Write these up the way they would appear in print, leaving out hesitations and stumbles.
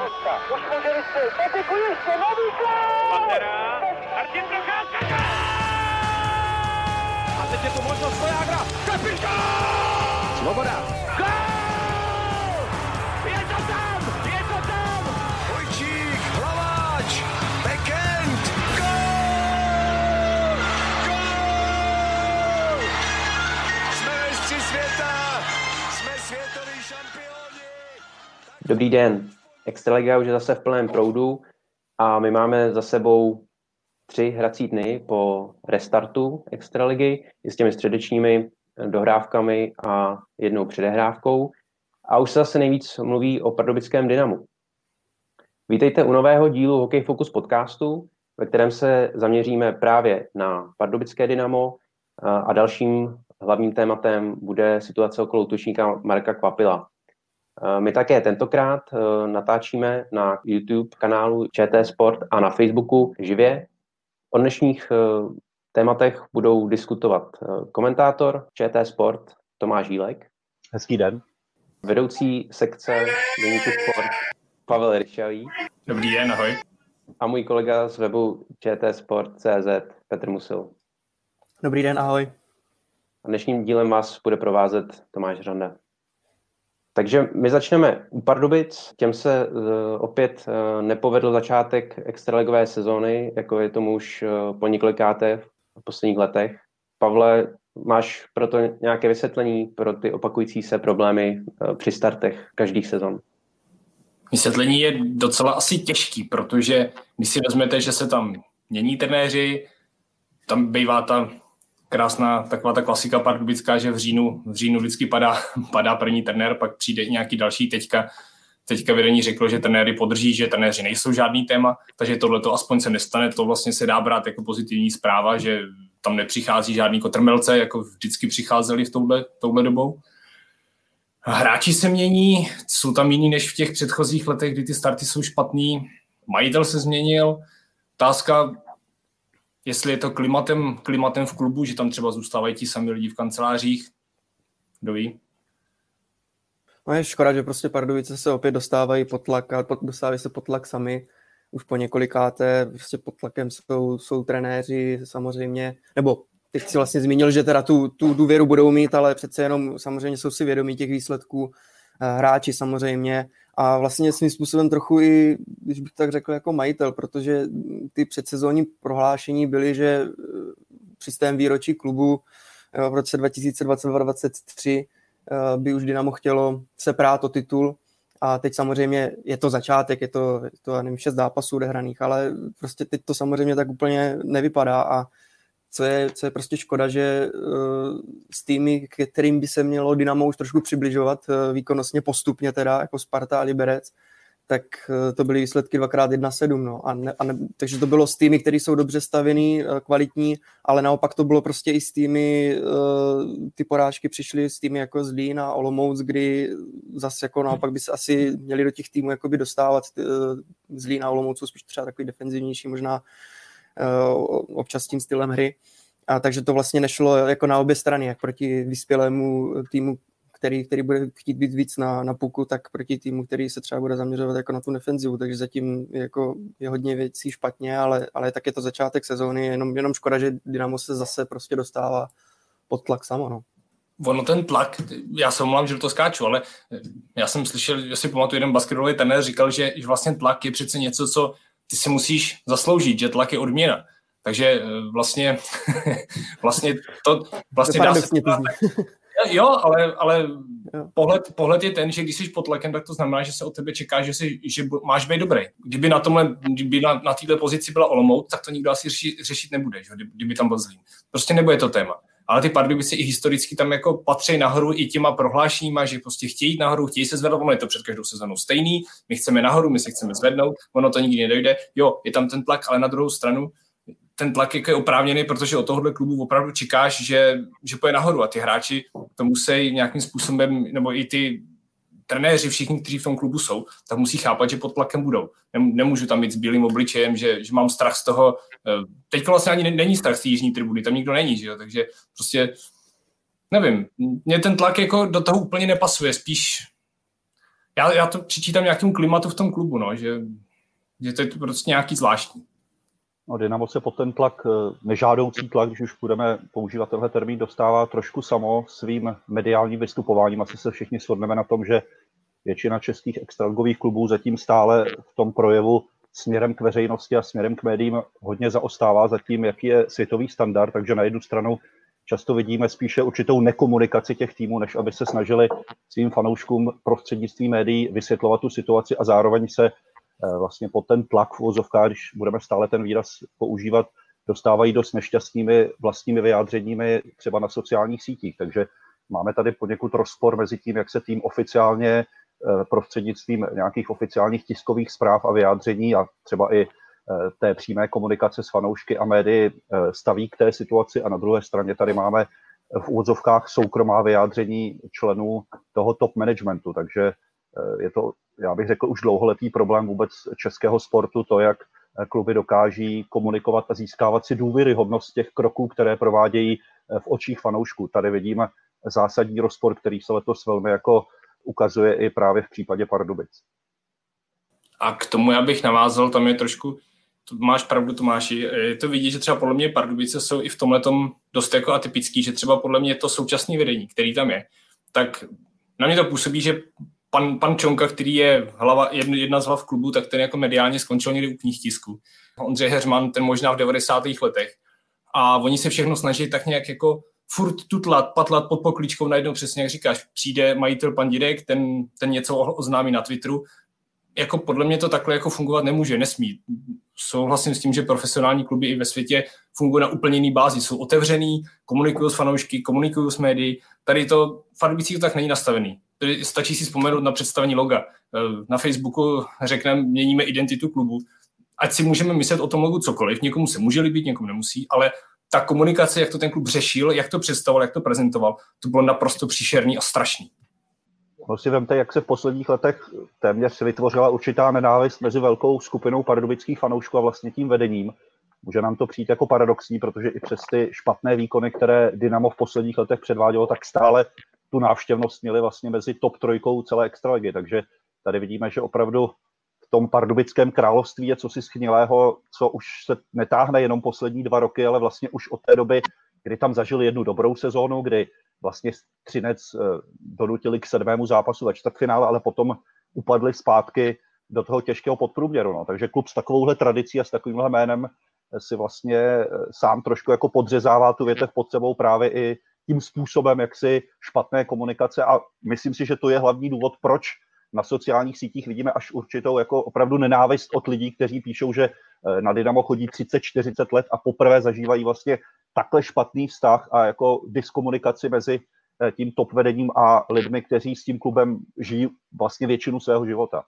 Už může vystřelit. Patiku ještě, nový gól! Pantera, Martin Procházka! A teď je tu možnost pro Jágra. Kapitán! Svoboda. Gól! Je to tam! Je to tam! Vojčík, Hlaváč, Bekend, gól! Gól! Jsme mistři světa! Jsme světoví šampioni! Dobrý den. Extraliga už je zase v plném proudu a my máme za sebou 3 hrací dny po restartu Extraligy i s těmi středečními dohrávkami a jednou předehrávkou. A už se zase nejvíc mluví o pardubickém Dynamu. Vítejte u nového dílu Hokej Focus podcastu, ve kterém se zaměříme právě na pardubické Dynamo a dalším hlavním tématem bude situace okolo útočníka Marka Kvapila. My také tentokrát natáčíme na YouTube kanálu ČT Sport a na Facebooku živě. O dnešních tématech budou diskutovat komentátor ČT Sport Tomáš Jílek. Hezký den. Vedoucí sekce deníku Sport Pavel Ryšavý. Dobrý den, ahoj. A můj kolega z webu čtsport.cz Petr Musil. Dobrý den, ahoj. A dnešním dílem vás bude provázet Tomáš Řanda. Takže my začneme u Pardubic. Těm se opět nepovedl začátek extraligové sezóny, jako je tomu už po několikáté v posledních letech. Pavle, máš proto nějaké vysvětlení pro ty opakující se problémy při startech každých sezon? Vysvětlení je docela asi těžký, protože když si vezmete, že se tam mění trenéři, tam bývá ta krásná taková ta klasika pardubická, že v říjnu vždycky padá první trenér, pak přijde nějaký další. Teďka vedení řeklo, že trenéry podrží, že trenéři nejsou žádný téma, takže tohleto aspoň se nestane. To vlastně se dá brát jako pozitivní zpráva, že tam nepřichází žádný kotrmelce, jako vždycky přicházeli v touhle dobou. Hráči se mění, jsou tam jiní než v těch předchozích letech, kdy ty starty jsou špatný. Majitel se změnil. Otázka, jestli je to klimatem v klubu, že tam třeba zůstávají ti sami lidi v kancelářích, kdo ví? No je škoda, že prostě Pardubice se opět dostávají pod tlak a dostávají se pod tlak sami. Už po několikáté prostě pod tlakem jsou trenéři samozřejmě, nebo teď si vlastně zmínil, že teda tu důvěru budou mít, ale přece jenom samozřejmě jsou si vědomí těch výsledků, hráči samozřejmě a vlastně svým způsobem trochu i, když bych tak řekl, jako majitel, protože ty předsezónní prohlášení byly, že při stém výročí klubu v roce 2022-2023 by už Dynamo chtělo se prát o titul a teď samozřejmě je to začátek, je to nevím, 6 zápasů odehraných, ale prostě teď to samozřejmě tak úplně nevypadá a co je prostě škoda, že s týmy, kterým by se mělo Dynamo už trošku přibližovat výkonnostně postupně teda, jako Sparta a Liberec, tak to byly výsledky 2x1-7. No. Takže to bylo s týmy, které jsou dobře stavěný, kvalitní, ale naopak to bylo prostě i s týmy, ty porážky přišly s týmy jako Zlín a Olomouc, kdy zase jako naopak by se asi měli do těch týmů jakoby dostávat Zlín a Olomouc, spíš třeba takový defenzivnější možná občas tím stylem hry. A takže to vlastně nešlo jako na obě strany, jak proti vyspělému týmu, který bude chtít být víc na puku, tak proti týmu, který se třeba bude zaměřovat jako na tu defenzivu, takže zatím jako je hodně věcí špatně, ale tak je to začátek sezóny, jenom škoda, že Dynamo se zase prostě dostává pod tlak samo, no. Ono ten tlak, já se omlouvám, že do toho skáču, ale já jsem slyšel, že si pamatuju, jeden basketbalový trenér říkal, že vlastně tlak je přece něco, co ty si musíš zasloužit, že tlak je odměna. Takže vlastně dá se... Jo, ale pohled je ten, že když jsi pod tlakem, tak to znamená, že se od tebe čeká, že máš být dobrý. Kdyby na této pozici byla Olomouc, tak to nikdo asi řešit nebude, že? Kdyby tam byl Zlín. Prostě nebude to téma. Ale ty Pardubice i historicky tam jako patří nahoru i těma prohlášeníma, že prostě chtějí jít nahoru, chtějí se zvednout, ono je to před každou sezónou stejný, my chceme nahoru, my se chceme zvednout, ono to nikdy nedojde. Jo, je tam ten tlak, ale na druhou stranu ten tlak je oprávněný, protože od tohohle klubu opravdu čekáš, že půjde nahoru a ty hráči to musí nějakým způsobem, nebo i ty trenéři, všichni, kteří v tom klubu jsou, tak musí chápat, že pod tlakem budou. Nemůžu tam být s bílým obličejem, že mám strach z toho. Teď vlastně ani není strach z té jižní tribuny, tam nikdo není, že jo? Takže prostě nevím, mně ten tlak jako do toho úplně nepasuje, spíš Já to přičítám nějakým klimatu v tom klubu, no, že to je prostě nějaký zvláštní. No, Dynamo se pod ten tlak, nežádoucí tlak, když už budeme používat tenhle termín, dostává trošku samo svým mediálním vystupováním. Asi se všichni shodneme na tom, že většina českých extraligových klubů zatím stále v tom projevu směrem k veřejnosti a směrem k médiím hodně zaostává za tím, jaký je světový standard, takže na jednu stranu často vidíme spíše určitou nekomunikaci těch týmů, než aby se snažili svým fanouškům prostřednictvím médií vysvětlovat tu situaci a zároveň se vlastně pod ten tlak v uvozovkách, když budeme stále ten výraz používat, dostávají dost nešťastnými vlastními vyjádřeními třeba na sociálních sítích. Takže máme tady poněkud rozpor mezi tím, jak se tým oficiálně prostřednictvím nějakých oficiálních tiskových zpráv a vyjádření a třeba i té přímé komunikace s fanoušky a médii staví k té situaci a na druhé straně tady máme v uvozovkách soukromá vyjádření členů toho top managementu, takže je to, já bych řekl, už dlouholetý problém vůbec českého sportu, to, jak kluby dokáží komunikovat a získávat si důvěryhodnost těch kroků, které provádějí v očích fanoušků. Tady vidíme zásadní rozpor, který se letos velmi jako ukazuje i právě v případě Pardubic. A k tomu já bych navázal, tam je trošku, máš pravdu, Tomáši, je to vidět, že třeba podle mě Pardubice jsou i v tomhletom dost jako atypický, že třeba podle mě to současné vedení, který tam je, tak na mě to působí, že pan Čonka, který je jedna z hlav klubu, tak ten jako mediálně skončil někdy u knihtisku. Ondřej Heřman, ten možná v 90. letech. A oni se všechno snaží tak nějak jako furt patlat pod pokličkou, najednou přesně jak říkáš, přijde majitel Pandírek, ten něco oznámí na Twitteru. Jako podle mě to takhle jako fungovat nemůže, nesmí. Souhlasím s tím, že profesionální kluby i ve světě fungují na úplně jiný bázi. Jsou otevřený, komunikují s fanoušky, komunikují s médií. Tady to v Pardubicích tak není nastavený. Tady stačí si vzpomenout na představení loga. Na Facebooku řekneme, měníme identitu klubu. Ať si můžeme myslet o tom logu cokoliv, někomu se může líbit, někomu nemusí, ale ta komunikace, jak to ten klub řešil, jak to představoval, jak to prezentoval, to bylo naprosto příšerný a strašný. No si vemte, jak se v posledních letech téměř vytvořila určitá nenávist mezi velkou skupinou pardubických fanoušků a vlastně tím vedením. Může nám to přijít jako paradoxní, protože i přes ty špatné výkony, které Dynamo v posledních letech předvádělo, tak stále tu návštěvnost měli vlastně mezi top 3 celé extraligy. Takže tady vidíme, že opravdu v tom pardubickém království je cosi schnilého, co už se netáhne jenom poslední 2 roky, ale vlastně už od té doby, kdy tam zažili jednu dobrou sezónu, kdy vlastně Třinec donutili k 7. zápasu ve čtvrtfinále, ale potom upadli zpátky do toho těžkého podprůměru. No. Takže klub s takovouhle tradicí a s takovýmhle jménem si vlastně sám trošku jako podřezává tu větev pod sebou právě i tím způsobem, jak si špatné komunikace, a myslím si, že to je hlavní důvod, proč na sociálních sítích vidíme až určitou jako opravdu nenávist od lidí, kteří píšou, že na Dynamo chodí 30-40 let a poprvé zažívají vlastně takhle špatný vztah a jako diskomunikaci mezi tím top vedením a lidmi, kteří s tím klubem žijí vlastně většinu svého života.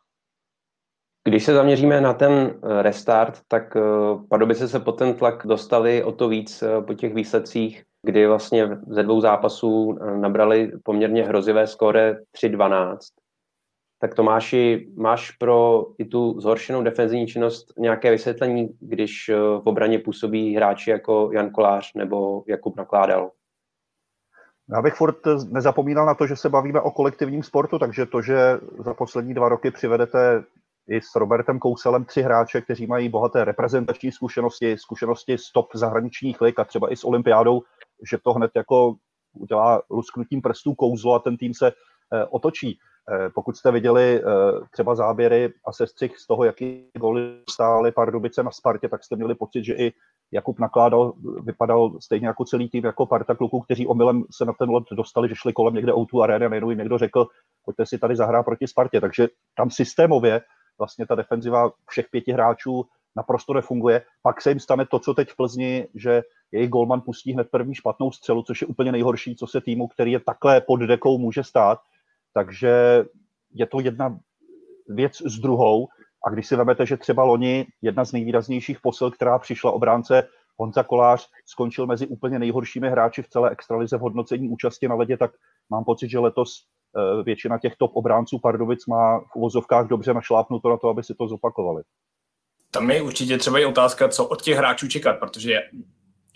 Když se zaměříme na ten restart, tak Pardubice se pod ten tlak dostali o to víc po těch výsledcích, kdy vlastně ze 2 zápasů nabrali poměrně hrozivé skóre 3-12. Tak Tomáši, máš pro i tu zhoršenou defenzivní činnost nějaké vysvětlení, když v obraně působí hráči jako Jan Kolář nebo Jakub Nakládal? Já bych furt nezapomínal na to, že se bavíme o kolektivním sportu, takže to, že za poslední 2 roky přivedete i s Robertem Kouselem 3 hráče, kteří mají bohaté reprezentační zkušenosti z top zahraničních lig a třeba i s olympiádou, že to hned jako udělá lusknutím prstů kouzlo a ten tým se otočí. Pokud jste viděli třeba záběry a sestřih z toho, jaký góly stály Pardubice na Spartě, tak jste měli pocit, že i Jakub Nakládal vypadal stejně jako celý tým, jako parta kluků, kteří omylem se na ten lot dostali, že šli kolem někde O2 Arena a najednou jim někdo řekl, pojďte si tady zahrát proti Spartě. Takže tam systémově vlastně ta defenziva všech 5 hráčů naprosto nefunguje. Pak se jim stane to, co teď v Plzni, že jejich golman pustí hned první špatnou střelu, což je úplně nejhorší, co se týmu, který je takhle pod dekou, může stát. Takže je to jedna věc s druhou. A když si vezmete, že třeba loni jedna z nejvýraznějších posil, která přišla, obránce Honza Kolář, skončil mezi úplně nejhoršími hráči v celé extralize v hodnocení účasti na ledě, tak mám pocit, že letos většina těch top obránců Pardubic má v uvozovkách dobře našlápnuto na to, aby si to zopakovali. Tam je určitě třeba i otázka, co od těch hráčů čekat, protože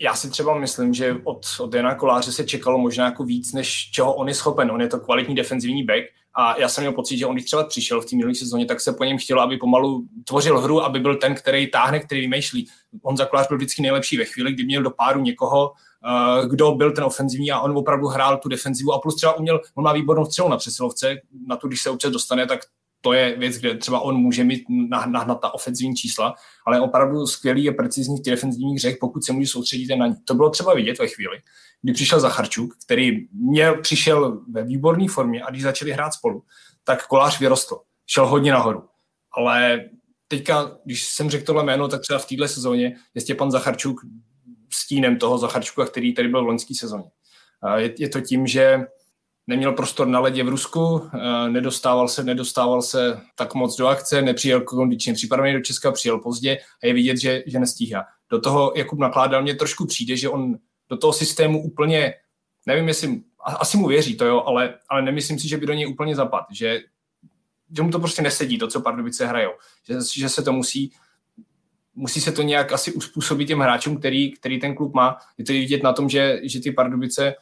Já si třeba myslím, že od Jana Koláře se čekalo možná jako víc, než čeho on je schopen. On je to kvalitní defenzivní back a já jsem měl pocit, že on když třeba přišel v té minulé sezóně, tak se po něm chtělo, aby pomalu tvořil hru, aby byl ten, který táhne, který vymýšlí. Honza Kolář byl vždycky nejlepší ve chvíli, kdy měl do páru někoho, kdo byl ten ofenzivní a on opravdu hrál tu defenzivu a plus třeba on má výbornou střelu na přesilovce, na tu, když se občas dostane, tak to je věc, kde třeba on může mít nahnat ta ofenzivní čísla, ale opravdu skvělý a precizní v těch defenzivních hřech, pokud se může soustředit na ní. To bylo třeba vidět ve chvíli, kdy přišel Zacharčuk, který přišel ve výborné formě a když začali hrát spolu, tak Kolář vyrostl, šel hodně nahoru. Ale teďka, když jsem řekl tohle jméno, tak třeba v téhle sezóně je Stěpan Zacharčuk stínem toho Zacharčuka, který tady byl v loňské sezóně. Je to tím, že neměl prostor na ledě v Rusku, nedostával se tak moc do akce, nepřijel kondičně připravený do Česka, přijel pozdě a je vidět, že nestíhá. Do toho Jakub Nakládal, mně trošku přijde, že on do toho systému úplně, nevím, jestli, asi mu věří to, jo, ale nemyslím si, že by do něj úplně zapadl, že mu to prostě nesedí, to, co Pardubice hrajou, že se to musí se to nějak asi uspůsobit těm hráčům, který ten klub má. Je to vidět na tom, že ty Pardubice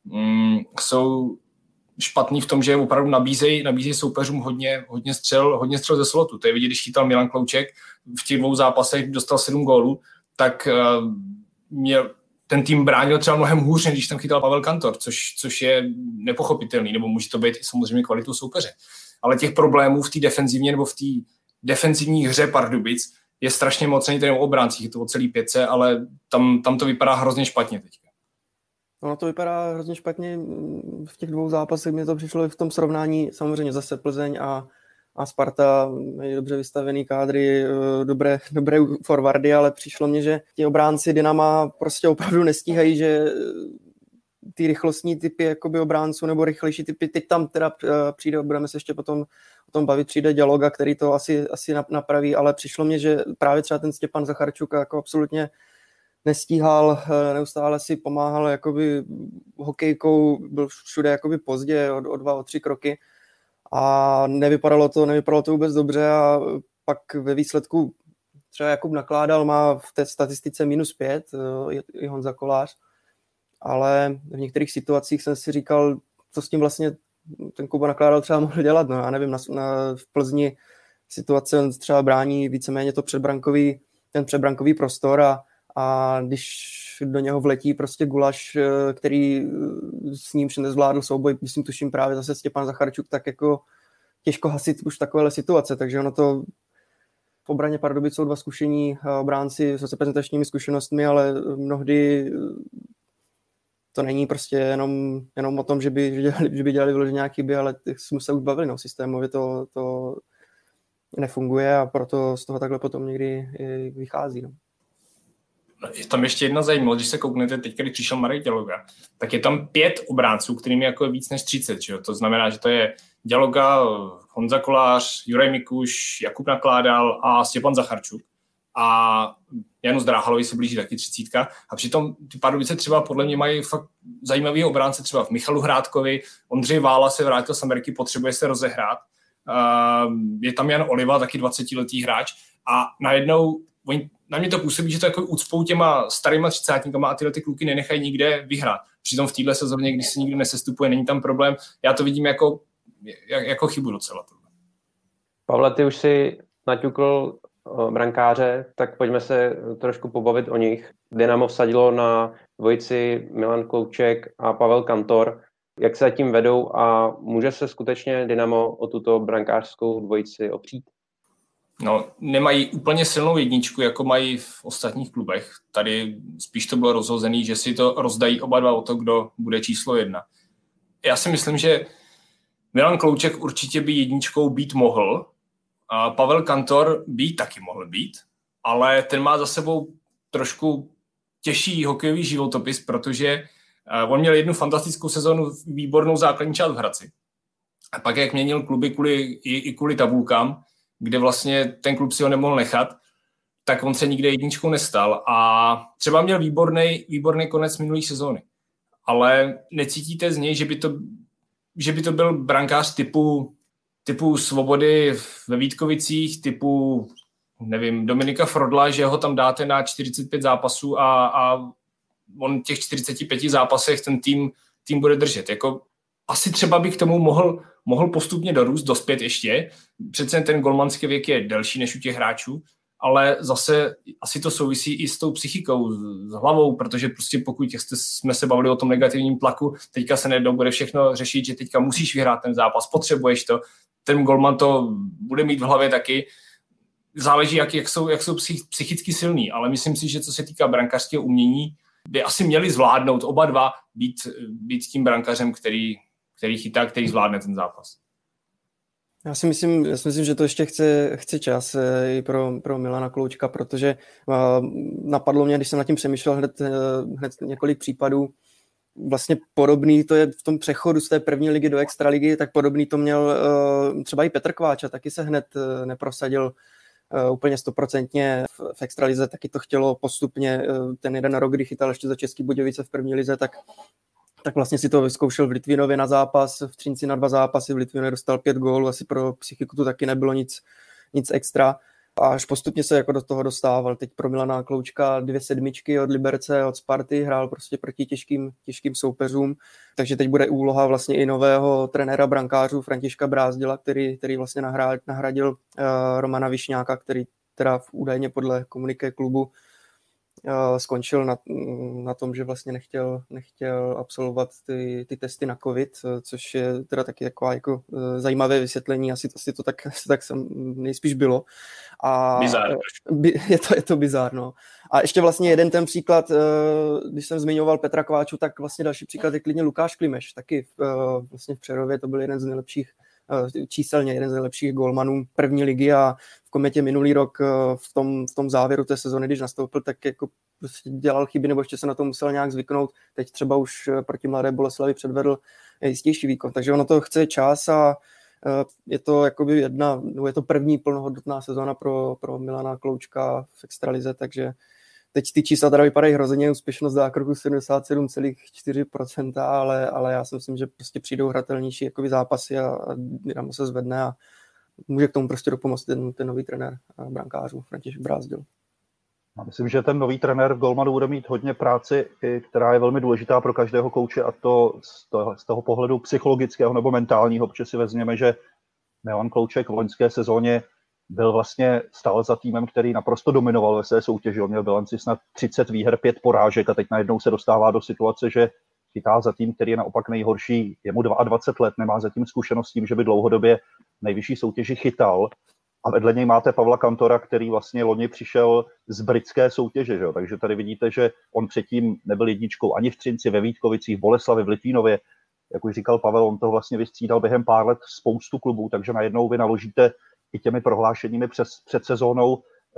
jsou špatný v tom, že opravdu nabízejí soupeřům hodně střel ze slotu. To je vidět, když chytal Milan Klouček v těch 2 zápasech, dostal 7 gólů, tak ten tým bránil třeba mnohem hůř, než když tam chytal Pavel Kantor, což je nepochopitelný, nebo může to být i samozřejmě kvalitou soupeře. Ale těch problémů v té defenzivně nebo v té defenzivní hře Pardubic je strašně moc, není to jen o obráncích, je to o celý 5, ale tam to vypadá hrozně špatně teďka. Ono to vypadá hrozně špatně v těch 2 zápasech, mně to přišlo i v tom srovnání, samozřejmě zase Plzeň a Sparta, mají dobře vystavený kádry, dobré forwardy, ale přišlo mně, že ti obránci Dynama prostě opravdu nestíhají, že ty rychlostní typy jakoby obránců nebo rychlejší typy, teď tam teda přijde, budeme se ještě potom o tom bavit, přijde Dialoga, který to asi napraví, ale přišlo mně, že právě třeba ten Stěpan Zacharčuk jako absolutně nestíhal, neustále si pomáhal jakoby hokejkou, byl všude jakoby pozdě o 2, o 3 kroky a nevypadalo to vůbec dobře a pak ve výsledku třeba Jakub Nakládal má v té statistice -5, i Honza Kolář, ale v některých situacích jsem si říkal, co s tím vlastně ten Kuba Nakládal třeba mohl dělat, no já nevím, v Plzni situace on třeba brání víceméně ten předbrankový prostor a když do něho vletí prostě Gulaš, který s ním nezvládl souboj, myslím tuším právě zase Stěpan Zacharčuk, tak jako těžko hasit už takovéhle situace, takže ono to v obraně Pardubic jsou 2 zkušení obránci s reprezentačními zkušenostmi, ale mnohdy to není prostě jenom o tom, že by dělali vyloženě nějaké chyby, ale jsme se už bavili, no, systémově to nefunguje a proto z toho takhle potom někdy vychází, no. Je tam ještě jedna zajímavost, když se kouknete teď, když přišel Marek Dialoga, tak je tam 5 obránců, kterým je jako víc než 30, že jo? To znamená, že to je Dialoga, Honza Kolář, Juraj Mikuš, Jakub Nakládal a Stěpan Zacharčuk. A Janu Zdráhalovi se blíží taky 30. A přitom ty Pardubice třeba podle mě mají fakt zajímavý obránce třeba v Michalu Hrádkovi, Ondřej Vála se vrátil z Ameriky, potřebuje se rozehrát. Je tam Jan Oliva, taky 20letý hráč a najednou na mě to působí, že to jako ucpou těma starýma 30-tníkama a tyhle ty kluky nenechají nikde vyhrát. Přitom v téhle sezóně, když se nikdy nesestupuje, není tam problém. Já to vidím jako chybu docela. Pavle, ty už si naťukl brankáře, tak pojďme se trošku pobavit o nich. Dynamo vsadilo na dvojici Milan Klouček a Pavel Kantor. Jak se zatím vedou a může se skutečně Dynamo o tuto brankářskou dvojici opřít? No, nemají úplně silnou jedničku, jako mají v ostatních klubech. Tady spíš to bylo rozhozený, že si to rozdají oba dva o to, kdo bude číslo 1. Já si myslím, že Milan Klouček určitě by jedničkou být mohl, a Pavel Kantor by taky mohl být, ale ten má za sebou trošku těžší hokejový životopis, protože on měl jednu fantastickou sezonu, výbornou základní část v Hradci. A pak, jak měnil kluby kvůli tabulkám, kde vlastně ten klub si ho nemohl nechat, tak on se nikde jedničkou nestal. A třeba měl výborný konec minulé sezóny. Ale necítíte z něj, že by to byl brankář typu Svobody ve Vítkovicích, typu, nevím, Dominika Frodla, že ho tam dáte na 45 zápasů a on těch 45 zápasech ten tým bude držet. Jako asi třeba by k tomu mohl postupně dospět ještě. Přece ten golmanský věk je delší než u těch hráčů, ale zase asi to souvisí i s tou psychikou, s hlavou, protože prostě pokud jsme se bavili o tom negativním tlaku, teďka se nejednou bude všechno řešit, že teďka musíš vyhrát ten zápas, potřebuješ to. Ten golman to bude mít v hlavě taky. Záleží, jak jsou psychicky silní, ale myslím si, že co se týká brankářského umění, by asi měli zvládnout oba dva být tím brankařem, který chytá, který zvládne ten zápas. Já si myslím, že to ještě chce čas i pro Milana Kloučka, protože napadlo mě, když jsem nad tím přemýšlel hned několik případů, vlastně podobný to je v tom přechodu z té první ligy do extraligy, tak podobný to měl třeba i Petr Kváča, taky se hned neprosadil úplně 100% v extralize, taky to chtělo postupně, ten jeden rok, kdy chytal ještě za Český Budějovice v první lize, tak vlastně si to vyzkoušel v Litvínově na zápas, v Třinci na 2 zápasy, v Litvínově dostal 5 gólů, asi pro psychiku to taky nebylo nic extra. A až postupně se jako do toho dostával. Teď pro Milana Kloučka 2 sedmičky od Liberce, od Sparty, hrál prostě proti těžkým soupeřům, takže teď bude úloha vlastně i nového trenéra brankářů Františka Brázdila, který vlastně nahradil Romana Višňáka, který teda údajně podle komuniké klubu skončil na tom, že vlastně nechtěl absolvovat ty testy na COVID, což je teda taky jako zajímavé vysvětlení, asi to tak nejspíš bylo. A bizár. Je to bizár, no. A ještě vlastně jeden ten příklad, když jsem zmiňoval Petra Kváču, tak vlastně další příklad je klidně Lukáš Klimeš, taky vlastně v Přerově to byl jeden z nejlepších číselně jeden z nejlepších gólmanů první ligy a v Kometě minulý rok v tom závěru té sezony, když nastoupil, tak jako prostě dělal chyby nebo ještě se na to musel nějak zvyknout. Teď třeba už proti Mladé Boleslavi předvedl jistější výkon. Takže ono to chce čas a je to jakoby je to první plnohodnotná sezona pro Milana Kloučka v extralize, takže teď ty čísla teda vypadají hrozně, úspěšnost zákroku 77,4%, ale já si myslím, že prostě přijdou hratelnější jakoby zápasy a Dynamo se zvedne a může k tomu prostě dopomoct ten nový trenér brankářů František Brázdil. Já myslím, že ten nový trenér v golmanu bude mít hodně práci, která je velmi důležitá pro každého kouče, a to z toho pohledu psychologického nebo mentálního, protože si vezměme, že Milan Klouček v loňské sezóně byl vlastně stále za týmem, který naprosto dominoval ve své soutěži. On měl bilanci snad 30 výher, 5 porážek a teď najednou se dostává do situace, že chytá za tým, který je naopak nejhorší. Je mu 22 let, nemá zatím zkušenost s tím, že by dlouhodobě nejvyšší soutěži chytal. A vedle něj máte Pavla Kantora, který vlastně loni přišel z britské soutěže. Že? Takže tady vidíte, že on předtím nebyl jedničkou ani v Třinci, ve Vítkovicích, v Boleslavi, v Litvínově. Jak už říkal Pavel, on to vlastně vystřídal během pár let spoustu klubů, takže najednou vy naložíte i těmi prohlášeními před sezónou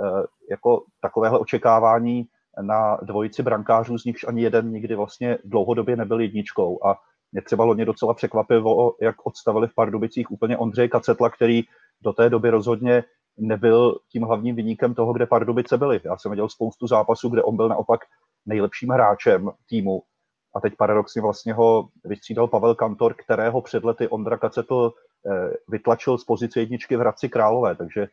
jako takovéhle očekávání na dvojici brankářů, z nichž ani jeden nikdy vlastně dlouhodobě nebyl jedničkou. A mě třeba loni docela překvapilo, jak odstavili v Pardubicích úplně Ondřeje Kacetla, který do té doby rozhodně nebyl tím hlavním viníkem toho, kde Pardubice byly. Já jsem viděl spoustu zápasů, kde on byl naopak nejlepším hráčem týmu. A teď paradoxně vlastně ho vystřídal Pavel Kantor, kterého před lety Ondra Kacetl vytlačil z pozice jedničky v Hradci Králové. Takže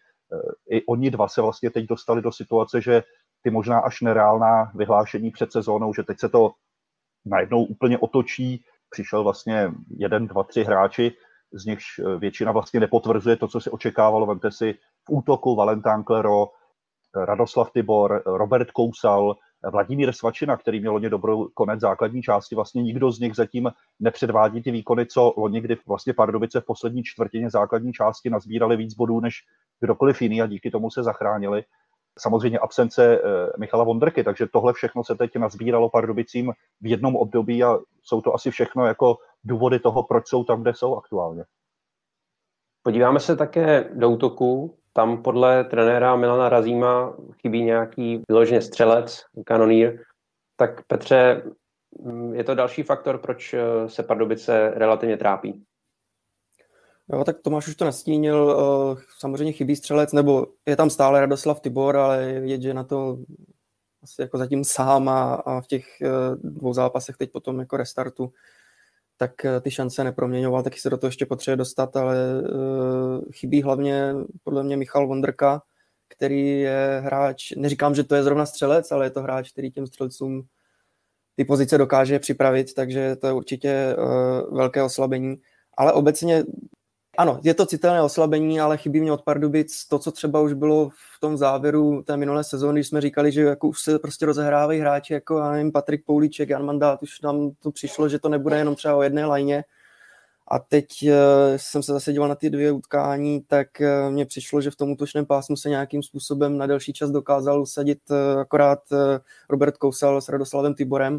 i oni dva se vlastně teď dostali do situace, že ty možná až nereálná vyhlášení před sezónou, že teď se to najednou úplně otočí. Přišel vlastně 1, 2, 3 hráči, z nichž většina vlastně nepotvrzuje to, co si očekávalo. Vemte si v útoku Valentán Klero, Radoslav Tibor, Robert Kousal, Vladimír Svačina, který měl loni dobrou konec základní části. Vlastně nikdo z nich zatím nepředvádí ty výkony, co loni, kdy vlastně Pardubice v poslední čtvrtině základní části nazbírali víc bodů než kdokoliv jiný a díky tomu se zachránili. Samozřejmě absence Michala Vondrky, takže tohle všechno se teď nazbíralo Pardubicím v jednom období a jsou to asi všechno jako důvody toho, proč jsou tam, kde jsou aktuálně. Podíváme se také do útoku. Tam podle trenéra Milana Razíma chybí nějaký vyloženě střelec, kanonýr. Tak Petře, je to další faktor, proč se Pardubice relativně trápí? Jo, tak Tomáš už to nastínil, samozřejmě chybí střelec, nebo je tam stále Radoslav Tibor, ale je vidět, že na to asi jako zatím sám a v těch 2 zápasech teď potom jako restartu, tak ty šance neproměňoval, taky se do toho ještě potřebuje dostat, ale chybí hlavně podle mě Michal Vondrka, který je hráč, neříkám, že to je zrovna střelec, ale je to hráč, který těm střelcům ty pozice dokáže připravit, takže to je určitě velké oslabení. Ale obecně, ano, je to citelné oslabení, ale chybí mě od Pardubic to, co třeba už bylo v tom závěru té minulé sezóny, když jsme říkali, že jako už se prostě rozehrávají hráči, jako já nevím, Patrik Poulíček, Jan Mandát, už nám to přišlo, že to nebude jenom třeba o jedné lajně. A teď jsem se zase díval na ty 2 utkání, tak mně přišlo, že v tom útočném pásmu se nějakým způsobem na delší čas dokázal usadit akorát Robert Kousal s Radoslavem Tiborem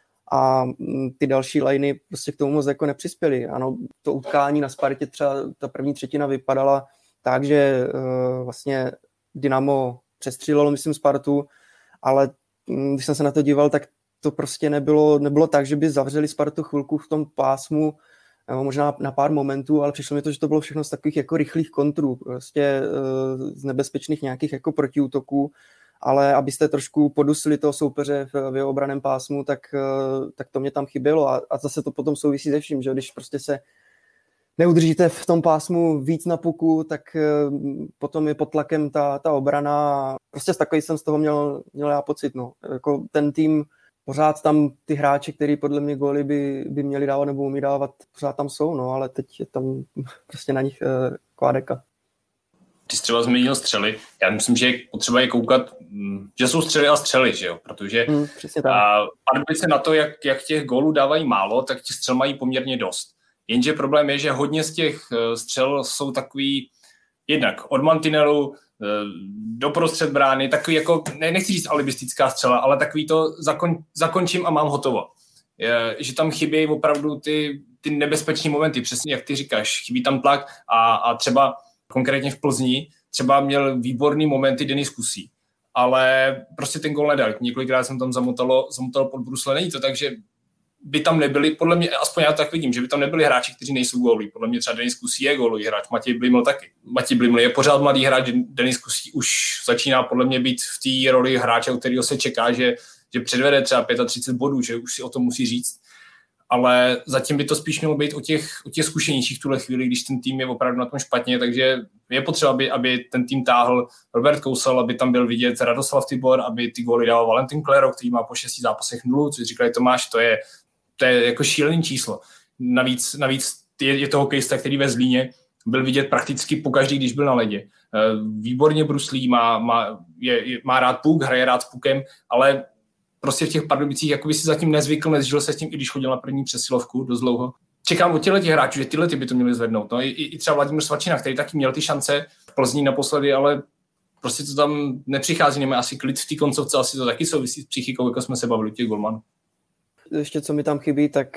a ty další lajny prostě k tomu moc jako nepřispěly. Ano, to utkání na Spartě třeba ta první třetina vypadala tak, že vlastně Dynamo přestřílelo, myslím, Spartu, ale když jsem se na to díval, tak to prostě nebylo tak, že by zavřeli Spartu chvilku v tom pásmu, možná na pár momentů, ale přišlo mi to, že to bylo všechno z takových jako rychlých kontrů, prostě z nebezpečných nějakých jako protiútoků, ale abyste trošku podusili toho soupeře v jeho obranném pásmu, tak to mě tam chybělo a zase to potom souvisí se vším, že když prostě se neudržíte v tom pásmu víc na puku, tak potom je pod tlakem ta obrana. Prostě takový jsem z toho měl já pocit. No. Jako ten tým, pořád tam ty hráči, který podle mě góly by měli dávat nebo umí dávat, pořád tam jsou, no, ale teď je tam prostě na nich kvádeka. Ty jsi třeba zmínil střely. Já myslím, že je potřeba je koukat, že jsou střely a střely, že jo? Protože Pardubice na to, jak těch gólů dávají málo, tak těch střel mají poměrně dost. Jenže problém je, že hodně z těch střel jsou takový jednak od mantinelu doprostřed brány, takový jako, nechci říct alibistická střela, ale takový to zakončím a mám hotovo. Že tam chybějí opravdu ty nebezpečné momenty, přesně jak ty říkáš, chybí tam tlak a třeba konkrétně v Plzni třeba měl výborný momenty Denis Kusí, ale prostě ten gól nedal. Několikrát jsem tam zamotalo pod brusle, není to tak, že by tam nebyli, podle mě, aspoň já tak vidím, že by tam nebyli hráči, kteří nejsou gólí. Podle mě třeba Denis Kusí je gólový hráč, Matěj Bliml taky. Matěj Bliml je pořád mladý hráč, Denis Kusí už začíná podle mě být v té roli hráče, u kterého se čeká, že předvede třeba 35 bodů, že už si o tom musí říct. Ale zatím by to spíš mělo být o těch zkušenějších v tuhle chvíli, když ten tým je opravdu na tom špatně, takže je potřeba, aby ten tým táhl Robert Kousal, aby tam byl vidět Radoslav Tibor, aby ty góly dával Valentin Klero, který má po 6 zápasech 0, což říkali Tomáš, to je jako šílený číslo. Navíc je to hokejista, který ve Zlíně byl vidět prakticky pokaždý, když byl na ledě. Výborně bruslí, má rád puk, hraje rád s pukem, ale prostě v těch Pardubicích jakoby si zatím nezvykl, nezžil se s tím, i když chodil na první přesilovku dost dlouho. Čekám od těchto hráčů, že tyhle by to měli zvednout. No, i třeba Vladimír Svačina, který taky měl ty šance v Plzni naposledy, ale prostě to tam nepřichází, nemá asi klid v té koncovce, asi to taky souvisí s psychikou, jako jsme se bavili těch golmanů. Ještě co mi tam chybí, tak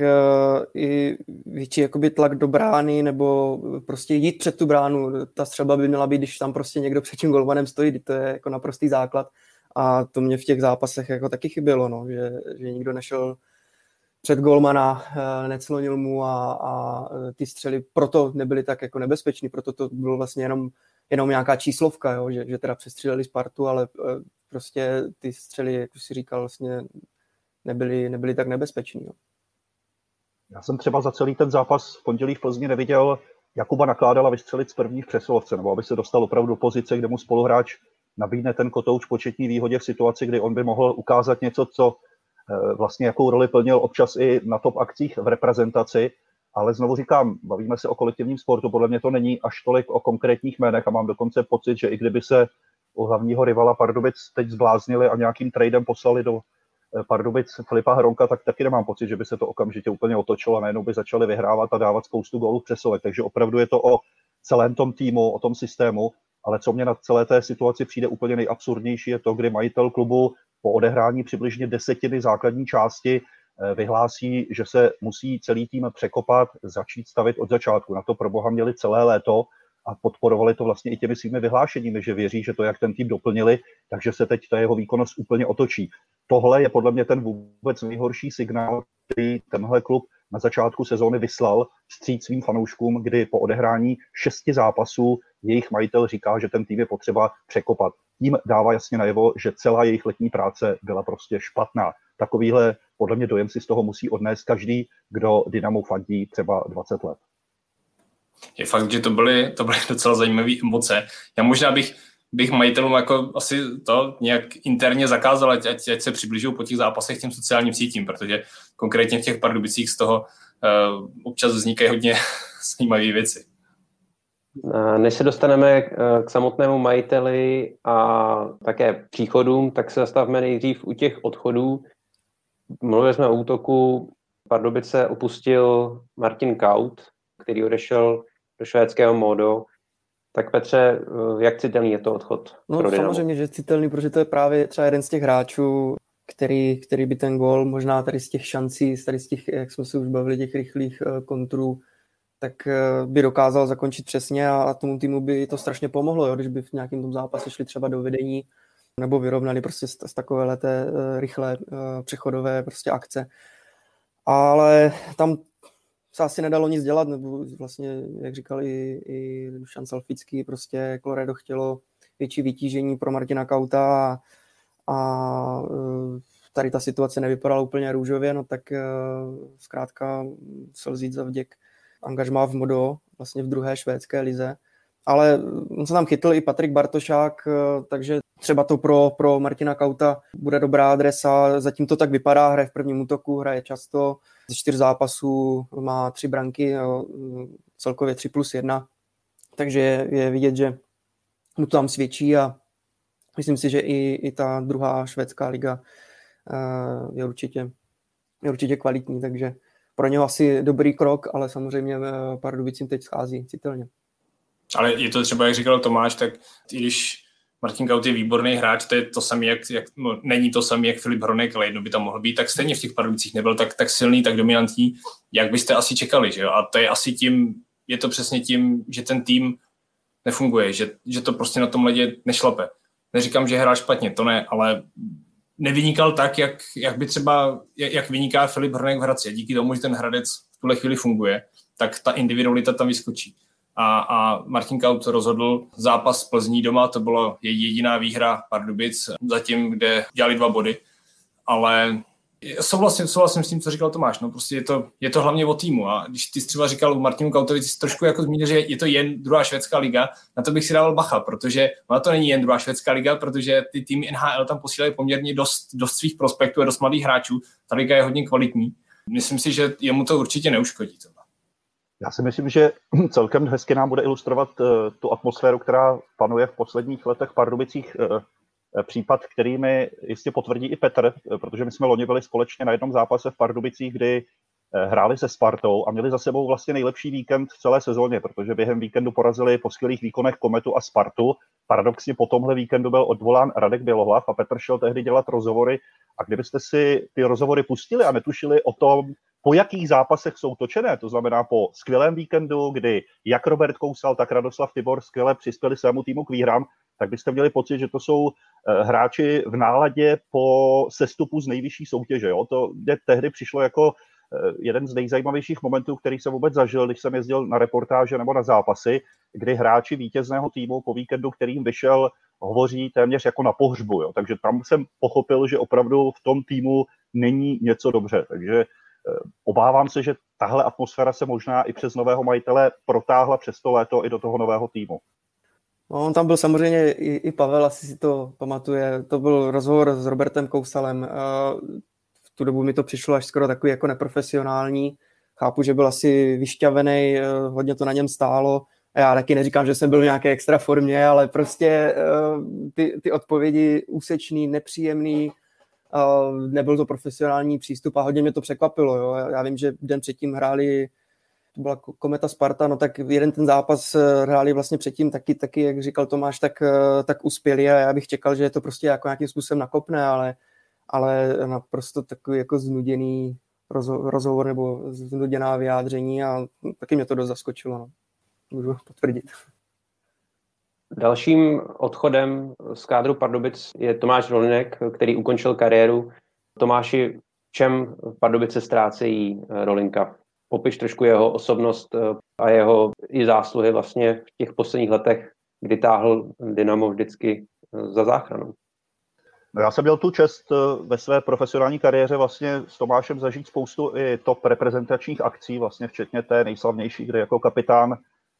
i větší jakoby tlak do brány, nebo prostě jít před tu bránu. Ta střelba by měla být, když tam prostě někdo před tím golmanem stojí, to je jako naprostý základ. A to mě v těch zápasech jako taky chybělo, no, že nikdo nešel před golmana, neclonil mu a ty střely proto nebyly tak jako nebezpečný, proto to bylo vlastně jenom nějaká číslovka, jo, že teda přestříleli Spartu, ale prostě ty střely, jak už si říkal, vlastně nebyly tak nebezpečný. Jo. Já jsem třeba za celý ten zápas v pondělí v Plzni neviděl Jakuba Nakládala vystřelit z první v přesilovce, nebo aby se dostal opravdu do pozice, kde mu spoluhráč nabídne ten kotouč početní výhodě v situaci, kdy on by mohl ukázat něco, co vlastně jakou roli plnil občas i na top akcích v reprezentaci, ale znovu říkám, bavíme se o kolektivním sportu, podle mě to není až tolik o konkrétních jménech a mám dokonce pocit, že i kdyby se u hlavního rivala Pardubic teď zbláznili a nějakým tradem poslali do Pardubic Filipa Hronka, tak taky nemám pocit, že by se to okamžitě úplně otočilo a najednou by začali vyhrávat a dávat spoustu gólů v přesilovek, takže opravdu je to o celém tom týmu, o tom systému. Ale co mě na celé té situaci přijde úplně nejabsurdnější, je to, kdy majitel klubu po odehrání přibližně 10 základní části vyhlásí, že se musí celý tým překopat, začít stavit od začátku. Na to pro boha měli celé léto a podporovali to vlastně i těmi svými vyhlášeními, že věří, že to, jak ten tým doplnili, takže se teď ta jeho výkonnost úplně otočí. Tohle je podle mě ten vůbec nejhorší signál, který tenhle klub na začátku sezóny vyslal vstříc svým fanouškům, kdy po odehrání 6 zápasů jejich majitel říká, že ten tým je potřeba překopat. Tím dává jasně najevo, že celá jejich letní práce byla prostě špatná. Takovýhle podle mě dojem si z toho musí odnést každý, kdo Dynamu fandí třeba 20 let. Je fakt, že to byly docela zajímavé emoce. Já možná bych bych majitelům jako asi to nějak interně zakázal, ať se přibližují po těch zápasech těm sociálním sítím, protože konkrétně v těch Pardubicích z toho občas vznikají hodně zajímavé věci. Než se dostaneme k samotnému majiteli a také příchodům, tak se zastavme nejdřív u těch odchodů. Mluvili jsme o útoku. Pardubice opustil Martin Kaut, který odešel do švédského Modo. Tak Petře, jak citelný je to odchod? No samozřejmě, že citelný, protože to je právě třeba jeden z těch hráčů, který by ten gól, možná tady z těch šancí, tady z těch, jak jsme se už bavili, těch rychlých kontrů, tak by dokázal zakončit přesně a tomu týmu by to strašně pomohlo, jo, když by v nějakém tom zápase šli třeba do vedení nebo vyrovnali prostě z takovéhle té rychlé přechodové prostě akce. Ale tam se asi nedalo nic dělat, nebo vlastně, jak říkal i Dušan Salfický, prostě Colorado chtělo větší vytížení pro Martina Kauta a tady ta situace nevypadala úplně růžově, no tak zkrátka musel vzít za vděk angažmá v Modo, vlastně v druhé švédské lize. Ale on se tam chytl i Patrik Bartošák, takže třeba to pro Martina Kauta bude dobrá adresa. Zatím to tak vypadá, hraje v prvním útoku, hraje často. Ze 4 zápasů má 3 branky, celkově 3+1. Takže je vidět, že mu to tam svědčí a myslím si, že i ta druhá švédská liga je určitě kvalitní, takže pro něho asi dobrý krok, ale samozřejmě Pardubicím teď schází citelně. Ale je to třeba, jak říkal Tomáš, tak i když Martin Kaut je výborný hráč, to je to samé, není to samé, jak Filip Hronek, ale jedno by tam mohl být, tak stejně v těch Pardubicích nebyl tak silný, tak dominantní, jak byste asi čekali, že jo? A to je asi je to přesně tím, že ten tým nefunguje, že to prostě na tom ledě nešlape. Neříkám, že hrál špatně, to ne, ale nevynikal tak, jak by třeba, jak vyniká Filip Hronek v Hradci. Díky tomu, že ten Hradec v tuhle chvíli funguje, tak ta individualita tam vyskočí. A Martin Kaut rozhodl zápas z Plzní doma, to bylo jediná výhra Pardubic, zatím, kde dělali 2 body, ale souhlasím s tím, co říkal Tomáš, no prostě je to hlavně o týmu a když ty třeba říkal Martinu Kautovi, ty jsi trošku jako zmínil, že je to jen druhá švédská liga, na to bych si dával bacha, protože ona to není jen druhá švédská liga, protože ty týmy NHL tam posílají poměrně dost svých prospektů a dost mladých hráčů, ta liga je hodně kvalitní, myslím si, že jemu to určitě neuškodí tohle. Já si myslím, že celkem hezky nám bude ilustrovat tu atmosféru, která panuje v posledních letech v Pardubicích. Případ, který mi jistě potvrdí i Petr, protože my jsme loni byli společně na jednom zápase v Pardubicích, kdy hráli se Spartou a měli za sebou vlastně nejlepší víkend v celé sezóně, protože během víkendu porazili po skvělých výkonech Kometu a Spartu. Paradoxně po tomhle víkendu byl odvolán Radek Bělohlav a Petr šel tehdy dělat rozhovory. A kdybyste si ty rozhovory pustili a netušili o tom, po jakých zápasech jsou točené, to znamená po skvělém víkendu, kdy jak Robert Kousal, tak Radoslav Tibor skvěle přispěli svému týmu k výhrám, tak byste měli pocit, že to jsou hráči v náladě po sestupu z nejvyšší soutěže. Jo? To tehdy přišlo jako jeden z nejzajímavějších momentů, který jsem vůbec zažil, když jsem jezdil na reportáže nebo na zápasy, kdy hráči vítězného týmu po víkendu, kterým vyšel, hovoří téměř jako na pohřbu. Jo? Takže tam jsem pochopil, že opravdu v tom týmu není něco dobře. Takže obávám se, že tahle atmosféra se možná i přes nového majitele protáhla přes to léto i do toho nového týmu. No, on tam byl samozřejmě i Pavel, asi si to pamatuje. To byl rozhovor s Robertem Kousalem. V tu dobu mi to přišlo až skoro takový jako neprofesionální. Chápu, že byl asi vyšťavený, hodně to na něm stálo. Já taky neříkám, že jsem byl v nějaké extra formě, ale prostě ty odpovědi úsečný, nepříjemný, nebyl to profesionální přístup a hodně mě to překvapilo. Jo. Já vím, že den předtím hráli, to byla Kometa Sparta, no tak jeden ten zápas hráli vlastně předtím taky, jak říkal Tomáš, tak uspěli a já bych čekal, že je to prostě jako nějakým způsobem nakopne, ale naprosto takový jako znuděný rozhovor nebo znuděná vyjádření a taky mě to dost zaskočilo, no. Můžu potvrdit. Dalším odchodem z kádru Pardubic je Tomáš Rolinek, který ukončil kariéru. Tomáši, v čem Pardubice ztrácejí Rolinka? Popiš trošku jeho osobnost a jeho i zásluhy vlastně v těch posledních letech, kdy táhl Dynamo vždycky za záchranou. No já jsem měl tu čest ve své profesionální kariéře vlastně s Tomášem zažít spoustu i top reprezentačních akcí, vlastně včetně té nejslavnější, kde jako kapitán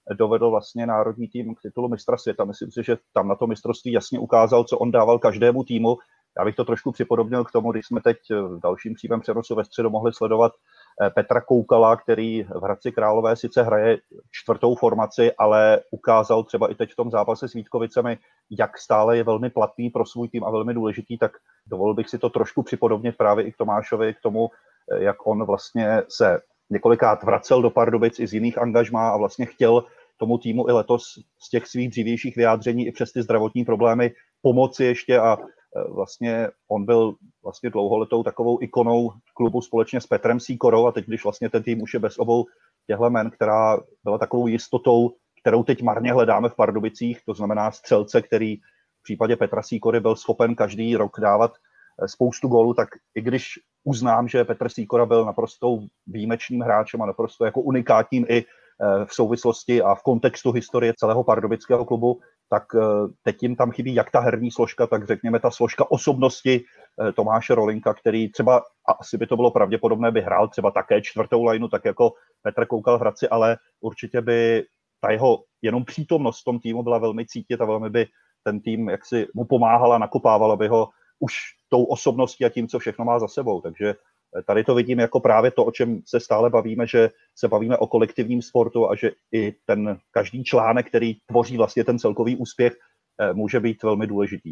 dovedl vlastně národní tým k titulu mistra světa. Myslím si, že tam na to mistrovství jasně ukázal, co on dával každému týmu. Já bych to trošku připodobnil k tomu, když jsme teď v dalším přímém přenosu ve středu mohli sledovat Petra Koukala, který v Hradci Králové sice hraje čtvrtou formaci, ale ukázal třeba i teď v tom zápase s Vítkovicemi, jak stále je velmi platný pro svůj tým a velmi důležitý, tak dovolil bych si to trošku připodobnit právě i k Tomášovi, k tomu, jak on vlastně se několikrát vracel do Pardubic i z jiných angažmá a vlastně chtěl tomu týmu i letos z těch svých dřívějších vyjádření i přes ty zdravotní problémy pomoci ještě a vlastně on byl vlastně dlouholetou takovou ikonou klubu společně s Petrem Sýkorou a teď, když vlastně ten tým už je bez obou těchto men, která byla takovou jistotou, kterou teď marně hledáme v Pardubicích, to znamená střelce, který v případě Petra Sýkory byl schopen každý rok dávat spoustu gólů, tak i když uznám, že Petr Sýkora byl naprosto výjimečným hráčem a naprosto jako unikátním i v souvislosti a v kontextu historie celého pardubického klubu, tak teď jim tam chybí jak ta herní složka, tak řekněme ta složka osobnosti Tomáše Rolinka, který třeba, asi by to bylo pravděpodobné, by hrál třeba také čtvrtou lineu, tak jako Petr Koukal v Hradci, ale určitě by ta jeho jenom přítomnost v tom týmu byla velmi cítit a velmi by ten tým jaksi mu pomáhala, nakopávala by ho už tou osobností a tím, co všechno má za sebou. Takže tady to vidím jako právě to, o čem se stále bavíme, že se bavíme o kolektivním sportu a že i ten každý článek, který tvoří vlastně ten celkový úspěch, může být velmi důležitý.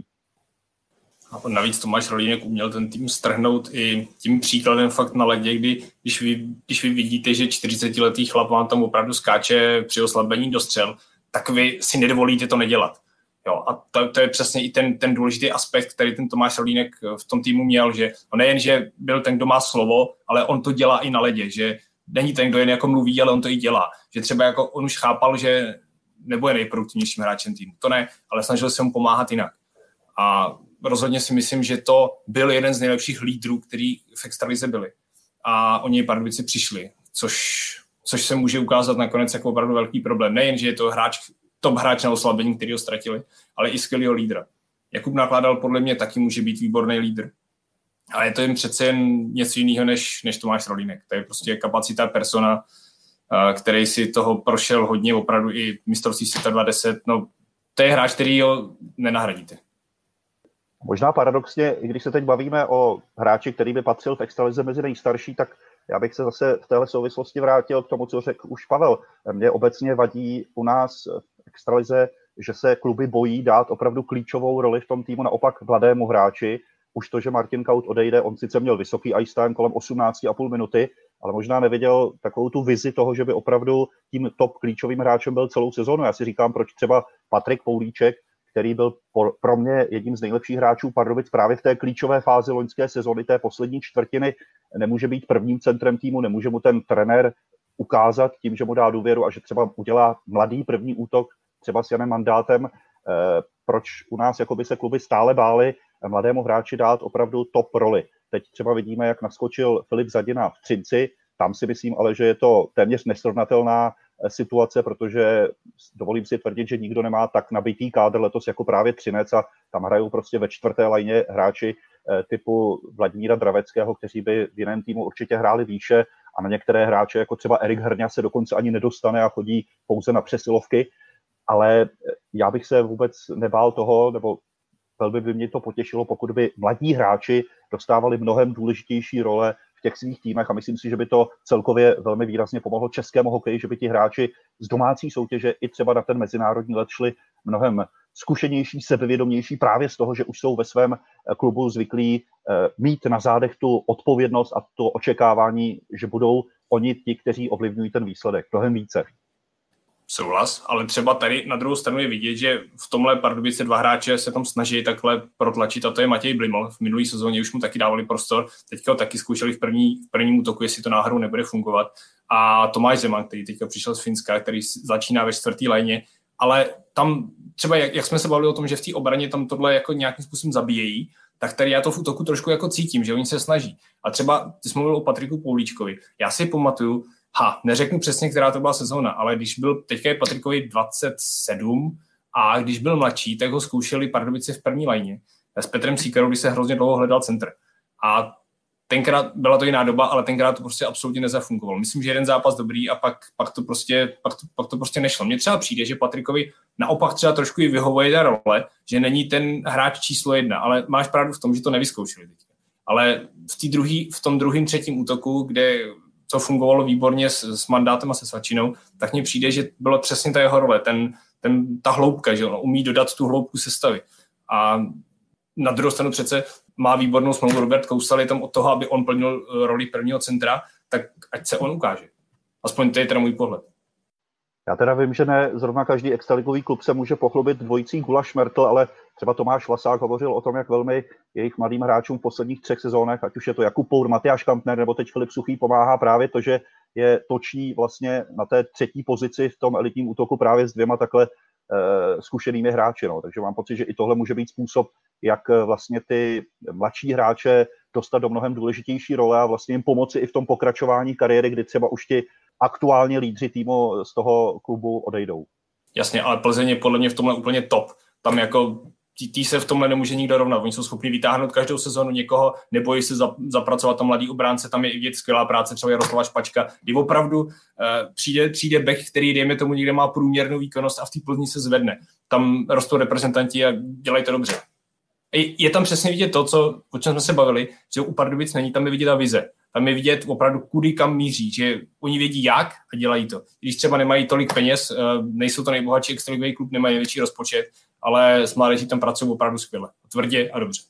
A navíc Tomáš Rolínek uměl ten tým strhnout i tím příkladem fakt na ledě, kdy když vy vidíte, že 40-letý chlap vám tam opravdu skáče při oslabení do střel, tak vy si nedovolíte to nedělat. Jo, a to je přesně i ten důležitý aspekt, který ten Tomáš Rolínek v tom týmu měl, že on nejen, že byl ten, kdo má slovo, ale on to dělá i na ledě, že není ten, kdo jen jako mluví, ale on to i dělá. Že třeba jako on už chápal, že nebude nejproduktivnějším hráčem týmu. To ne, ale snažil se mu pomáhat jinak. A rozhodně si myslím, že to byl jeden z nejlepších lídrů, který v extralize byli. A oni Pardubici přišli, což se může ukázat nakonec jako opravdu velký problém. Nejen, že je to top hráč na oslabení, který ho ztratili, ale i skvělýho lídra. Jakub Nakládal podle mě taky může být výborný lídr. Ale je to jim přece jen něco jiného než Tomáš Rolínek. To je prostě kapacita persona, který si toho prošel hodně, opravdu i mistrovství světa 20. No, to je hráč, který ho nenahradíte. Možná paradoxně, i když se teď bavíme o hráči, který by patřil v extralize mezi nejstarší, tak já bych se zase v téhle souvislosti vrátil k tomu, co řekl už Pavel. Mně obecně vadí u nás v extralize, že se kluby bojí dát opravdu klíčovou roli v tom týmu naopak mladému hráči. Už to, že Martin Kaut odejde, on sice měl vysoký ice time kolem 18,5 minuty, ale možná neviděl takovou tu vizi toho, že by opravdu tím top klíčovým hráčem byl celou sezonu. Já si říkám, proč třeba Patrik Poulíček, který byl pro mě jedním z nejlepších hráčů Pardubic právě v té klíčové fázi loňské sezony, té poslední čtvrtiny, nemůže být prvním centrem týmu, nemůže mu ten trenér ukázat tím, že mu dá důvěru a že třeba udělá mladý první útok třeba s Janem Mandátem. Proč u nás jakoby se kluby stále báli mladému hráči dát opravdu top roli. Teď třeba vidíme, jak naskočil Filip Zadina v Třinci, tam si myslím ale, že je to téměř nesrovnatelná situace, protože dovolím si tvrdit, že nikdo nemá tak nabitý kádr letos jako právě Třinec a tam hrajou prostě ve čtvrté lajně hráči typu Vladimíra Draveckého, kteří by v jiném týmu určitě hráli výše a na některé hráče, jako třeba Erik Hrňa, se dokonce ani nedostane a chodí pouze na přesilovky, ale já bych se vůbec nebál toho, nebo velmi by mě to potěšilo, pokud by mladí hráči dostávali mnohem důležitější role v těch svých týmech a myslím si, že by to celkově velmi výrazně pomohlo českému hokeji, že by ti hráči z domácí soutěže i třeba na ten mezinárodní let šli mnohem zkušenější, sebevědomější právě z toho, že už jsou ve svém klubu zvyklí mít na zádech tu odpovědnost a to očekávání, že budou oni ti, kteří ovlivňují ten výsledek mnohem více. Souhlas, ale třeba tady na druhou stranu je vidět, že v tomhle Pardubice dva hráče se tam snaží takhle protlačit a to je Matěj Bliml. V minulý sezóně už mu taky dávali prostor, teďka ho taky zkoušeli v prvním útoku, jestli to náhodou nebude fungovat. A Tomáš Zeman, který teďka přišel z Finska, který začíná ve čtvrtý lajně, ale tam třeba, jak jsme se bavili o tom, že v té obraně tam tohle jako nějakým způsobem zabíjejí, tak tady já to v útoku trošku jako cítím, že oni se snaží. A třeba ty jsi mluvil o Patriku Poulíčkovi. Já si pamatuju, neřeknu přesně, která to byla sezóna, ale když byl, teďka je Patrikovi 27 a když byl mladší, tak ho zkoušeli Pardubice v první lajně s Petrem Sýkarou, když se hrozně dlouho hledal centr. A tenkrát byla to jiná doba, ale tenkrát to prostě absolutně nezafungovalo. Myslím, že jeden zápas dobrý a pak to prostě nešlo. Mně třeba přijde, že Patrikovi naopak třeba trošku i vyhovuje ta role, že není ten hráč číslo 1, ale máš pravdu v tom, že to nevyzkoušeli teď. Ale v tom druhém, třetím útoku, kde co fungovalo výborně s Mandátem a se Svačinou, tak mně přijde, že bylo přesně ta jeho role, ta hloubka, že on umí dodat tu hloubku sestavy. A na druhou stranu přece má výbornou smlouvu Robert Kousal, je tam od toho, aby on plnil roli prvního centra, tak ať se on ukáže. Aspoň to je teda můj pohled. Já teda vím, že ne zrovna každý extraligový klub se může pochlubit dvojicí Gula-Šmertl, ale třeba Tomáš Vlasák hovořil o tom, jak velmi jejich mladým hráčům v posledních 3 sezónách, ať už je to Jakub Pour, Matyáš Kampner nebo teď Filip Suchý, pomáhá právě to, že je točí vlastně na té 3. pozici v tom elitním útoku právě s 2 takhle zkušenými hráči. No. Takže mám pocit, že i tohle může být způsob, jak vlastně ty mladší hráče dostat do mnohem důležitější role a vlastně jim pomoci i v tom pokračování kariéry, kdy třeba už ti aktuálně lídři týmu z toho klubu odejdou. Jasně, ale Plzeň je podle mě v tomhle úplně top. Tam jako tý se v tomhle nemůže nikdo rovnat. Oni jsou schopni vytáhnout každou sezonu někoho, nebojí se zapracovat tam mladý obránce, tam je i vidět skvělá práce, třeba Jaroslava Špačka, kdy opravdu přijde back, který dejme tomu někde má průměrnou výkonnost a v té Plzni se zvedne. Tam rostou reprezentanti a dělají to dobře. Je tam přesně vidět to, o čem jsme se bavili, že u Pardubic není, tam je vidět ta vize. Tam je vidět opravdu, kudy kam míří, že oni vědí jak a dělají to. Když třeba nemají tolik peněz, nejsou to nejbohatší extraligový klub, nemají větší rozpočet, ale s mládeží tam pracují opravdu skvěle, tvrdě a dobře.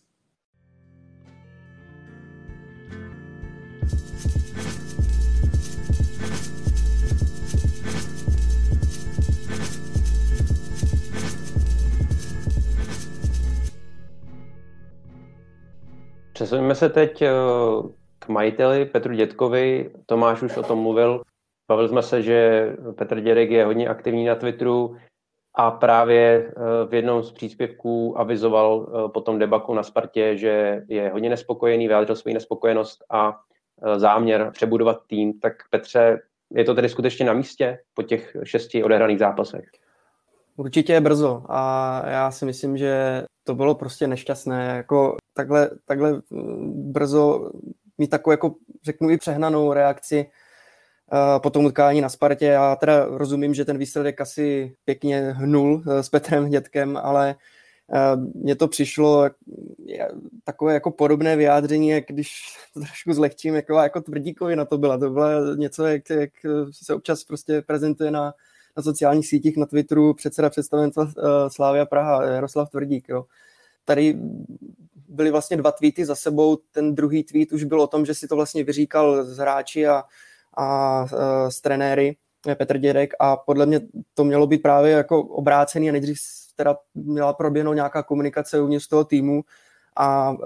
Přesuneme se teď k majiteli Petru Dětkovi. Tomáš už o tom mluvil. Bavili jsme se, že Petr Dědek je hodně aktivní na Twitteru a právě v jednom z příspěvků avizoval po tom debaklu na Spartě, že je hodně nespokojený, vyjádřil svou nespokojenost a záměr přebudovat tým. Tak Petře, je to tedy skutečně na místě po těch 6 odehraných zápasech? Určitě je brzo a já si myslím, že to bylo prostě nešťastné. Jako takhle brzo mít takovou, jako řeknu, i přehnanou reakci po tom utkání na Spartě. Já teda rozumím, že ten výsledek asi pěkně hnul s Petrem Dětkem, ale mně to přišlo takové jako podobné vyjádření, jak když to trošku zlehčím, jako Tvrdíkovi na to byla. To bylo něco, jak se občas prostě prezentuje na sociálních sítích, na Twitteru předseda představenstva Slavia Praha, Jaroslav Tvrdík. Jo. Tady byly vlastně 2 tweety za sebou, ten druhý tweet už byl o tom, že si to vlastně vyříkal z hráči a z trenéry Petr Dědek a podle mě to mělo být právě jako obrácený a nejdřív teda měla proběhnout nějaká komunikace uvnitř toho týmu a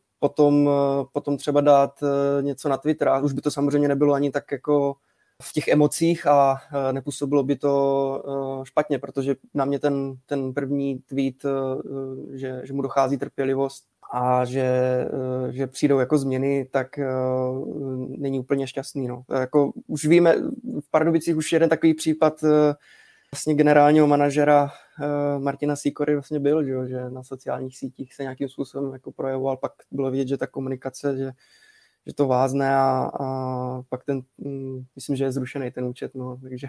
potom třeba dát něco na Twitter a už by to samozřejmě nebylo ani tak jako v těch emocích a nepůsobilo by to špatně, protože na mě ten první tweet, že mu dochází trpělivost a že přijdou jako změny, tak není úplně šťastný. No. Jako už víme, v Pardubicích už jeden takový případ vlastně generálního manažera Martina Sýkory vlastně byl, že na sociálních sítích se nějakým způsobem jako projevoval, pak bylo vidět, že ta komunikace, že to vázne a pak myslím, že je zrušený ten účet, no, takže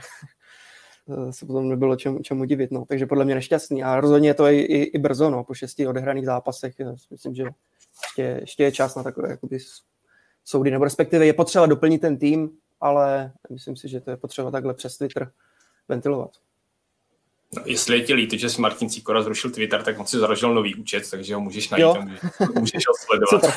se potom nebylo čemu divit, no, takže podle mě nešťastný a rozhodně je to i brzo, no, po 6 odehraných zápasech, myslím, že ještě je čas na takové jakoby soudy, nebo respektive je potřeba doplnit ten tým, ale myslím si, že to je potřeba takhle přes Twitter ventilovat. No, jestli je ti líto, že si Martin Sýkora zrušil Twitter, tak on si založil nový účet, takže ho můžeš najít, můžeš ho sledovat.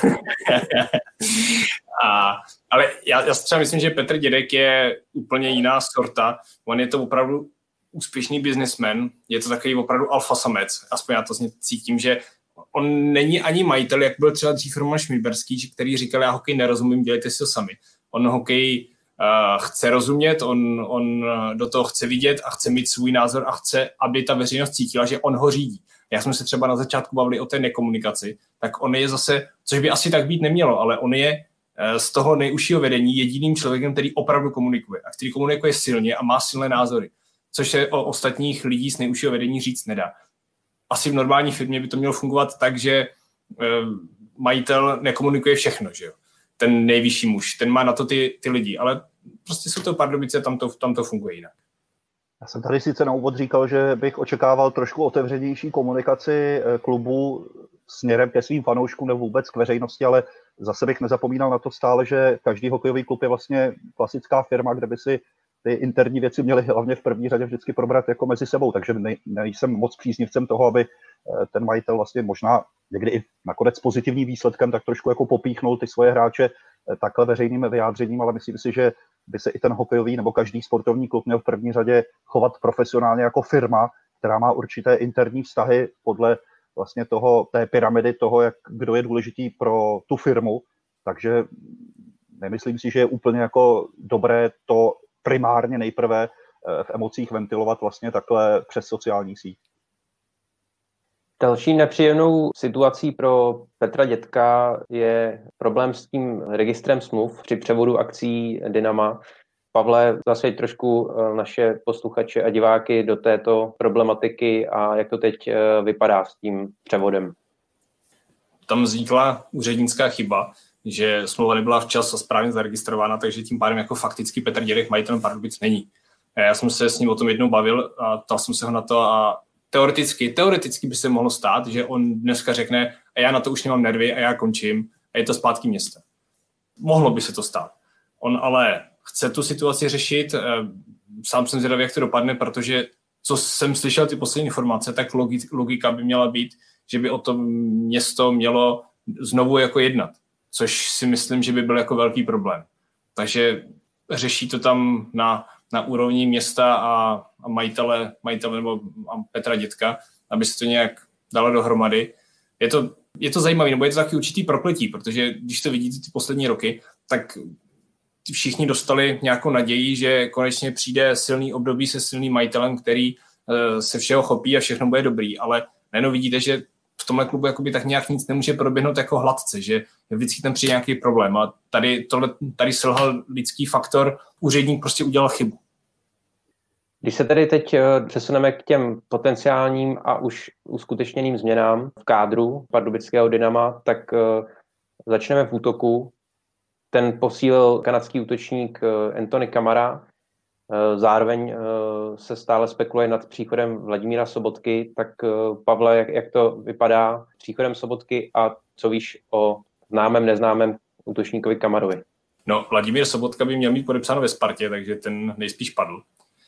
Ale já třeba myslím, že Petr Dědek je úplně jiná sorta. On je to opravdu úspěšný businessman, je to takový opravdu alfa samec. Aspoň já to cítím, že on není ani majitel, jak byl třeba dřív Roman Šmíberský, který říkal, já hokej nerozumím, dělejte si to sami. On hokej chce rozumět, on do toho chce vidět a chce mít svůj názor a chce, aby ta veřejnost cítila, že on ho řídí. Jak jsme se třeba na začátku bavili o té nekomunikaci, tak on je zase, což by asi tak být nemělo, ale on je z toho nejužšího vedení jediným člověkem, který opravdu komunikuje a který komunikuje silně a má silné názory, což se o ostatních lidí z nejužšího vedení říct nedá. Asi v normální firmě by to mělo fungovat tak, že majitel nekomunikuje všechno, že jo? ten nejvyšší muž, ten má na to ty lidi, ale prostě jsou to Pardubice, tam to funguje jinak. Já jsem tady sice na úvod říkal, že bych očekával trošku otevřenější komunikaci klubu směrem ke svým fanouškům nebo vůbec k veřejnosti, ale zase bych nezapomínal na to stále, že každý hokejový klub je vlastně klasická firma, kde by si ty interní věci měly hlavně v první řadě vždycky probrat jako mezi sebou, takže nejsem moc příznivcem toho, aby ten majitel vlastně možná někdy i nakonec pozitivním výsledkem tak trošku jako popíchnul ty svoje hráče takhle veřejným vyjádřením, ale myslím si, že by se i ten hokejový nebo každý sportovní klub měl v první řadě chovat profesionálně jako firma, která má určité interní vztahy podle vlastně té pyramidy toho, kdo je důležitý pro tu firmu, takže nemyslím si, že je úplně jako dobré to primárně nejprve v emocích ventilovat vlastně takhle přes sociální síť. Další nepříjemnou situací pro Petra Dětka je problém s tím registrem smluv při převodu akcí Dynama. Pavle, zasvěť trošku naše posluchače a diváky do této problematiky a jak to teď vypadá s tím převodem. Tam vznikla úřednická chyba, že smlouva nebyla včas a správně zaregistrována, takže tím pádem jako fakticky Petr Dědek majitelem Pardubic není. Já jsem se s ním o tom jednou bavil a ptal jsem se ho na to a teoreticky by se mohlo stát, že on dneska řekne a já na to už nemám nervy a já končím a je to zpátky města. Mohlo by se to stát. On ale chce tu situaci řešit, sám jsem zvědavý, jak to dopadne, protože co jsem slyšel ty poslední informace, tak logika by měla být, že by o to město mělo znovu jako jednat, což si myslím, že by byl jako velký problém. Takže řeší to tam na úrovni města a majitele nebo Petra Dětka, aby se to nějak dalo dohromady. Je to zajímavé, nebo je to taky určitý prokletí, protože když to vidíte ty poslední roky, tak všichni dostali nějakou naději, že konečně přijde silný období se silným majitelem, který se všeho chopí a všechno bude dobrý, ale najednou vidíte, že v tomhle klubu jakoby tak nějak nic nemůže proběhnout jako hladce, že vždycky tam přijde nějaký problém a tady selhal lidský faktor, úředník prostě udělal chybu. Když se tedy teď přesuneme k těm potenciálním a už uskutečněným změnám v kádru pardubického Dynama, tak začneme v útoku. Ten posílil kanadský útočník Anthony Camara. Zároveň se stále spekuluje nad příchodem Vladimíra Sobotky. Tak Pavle, jak to vypadá s příchodem Sobotky a co víš o známém, neznámém útočníkovi Camarovi? No, Vladimír Sobotka by měl mít podepsáno ve Spartě, takže ten nejspíš padl.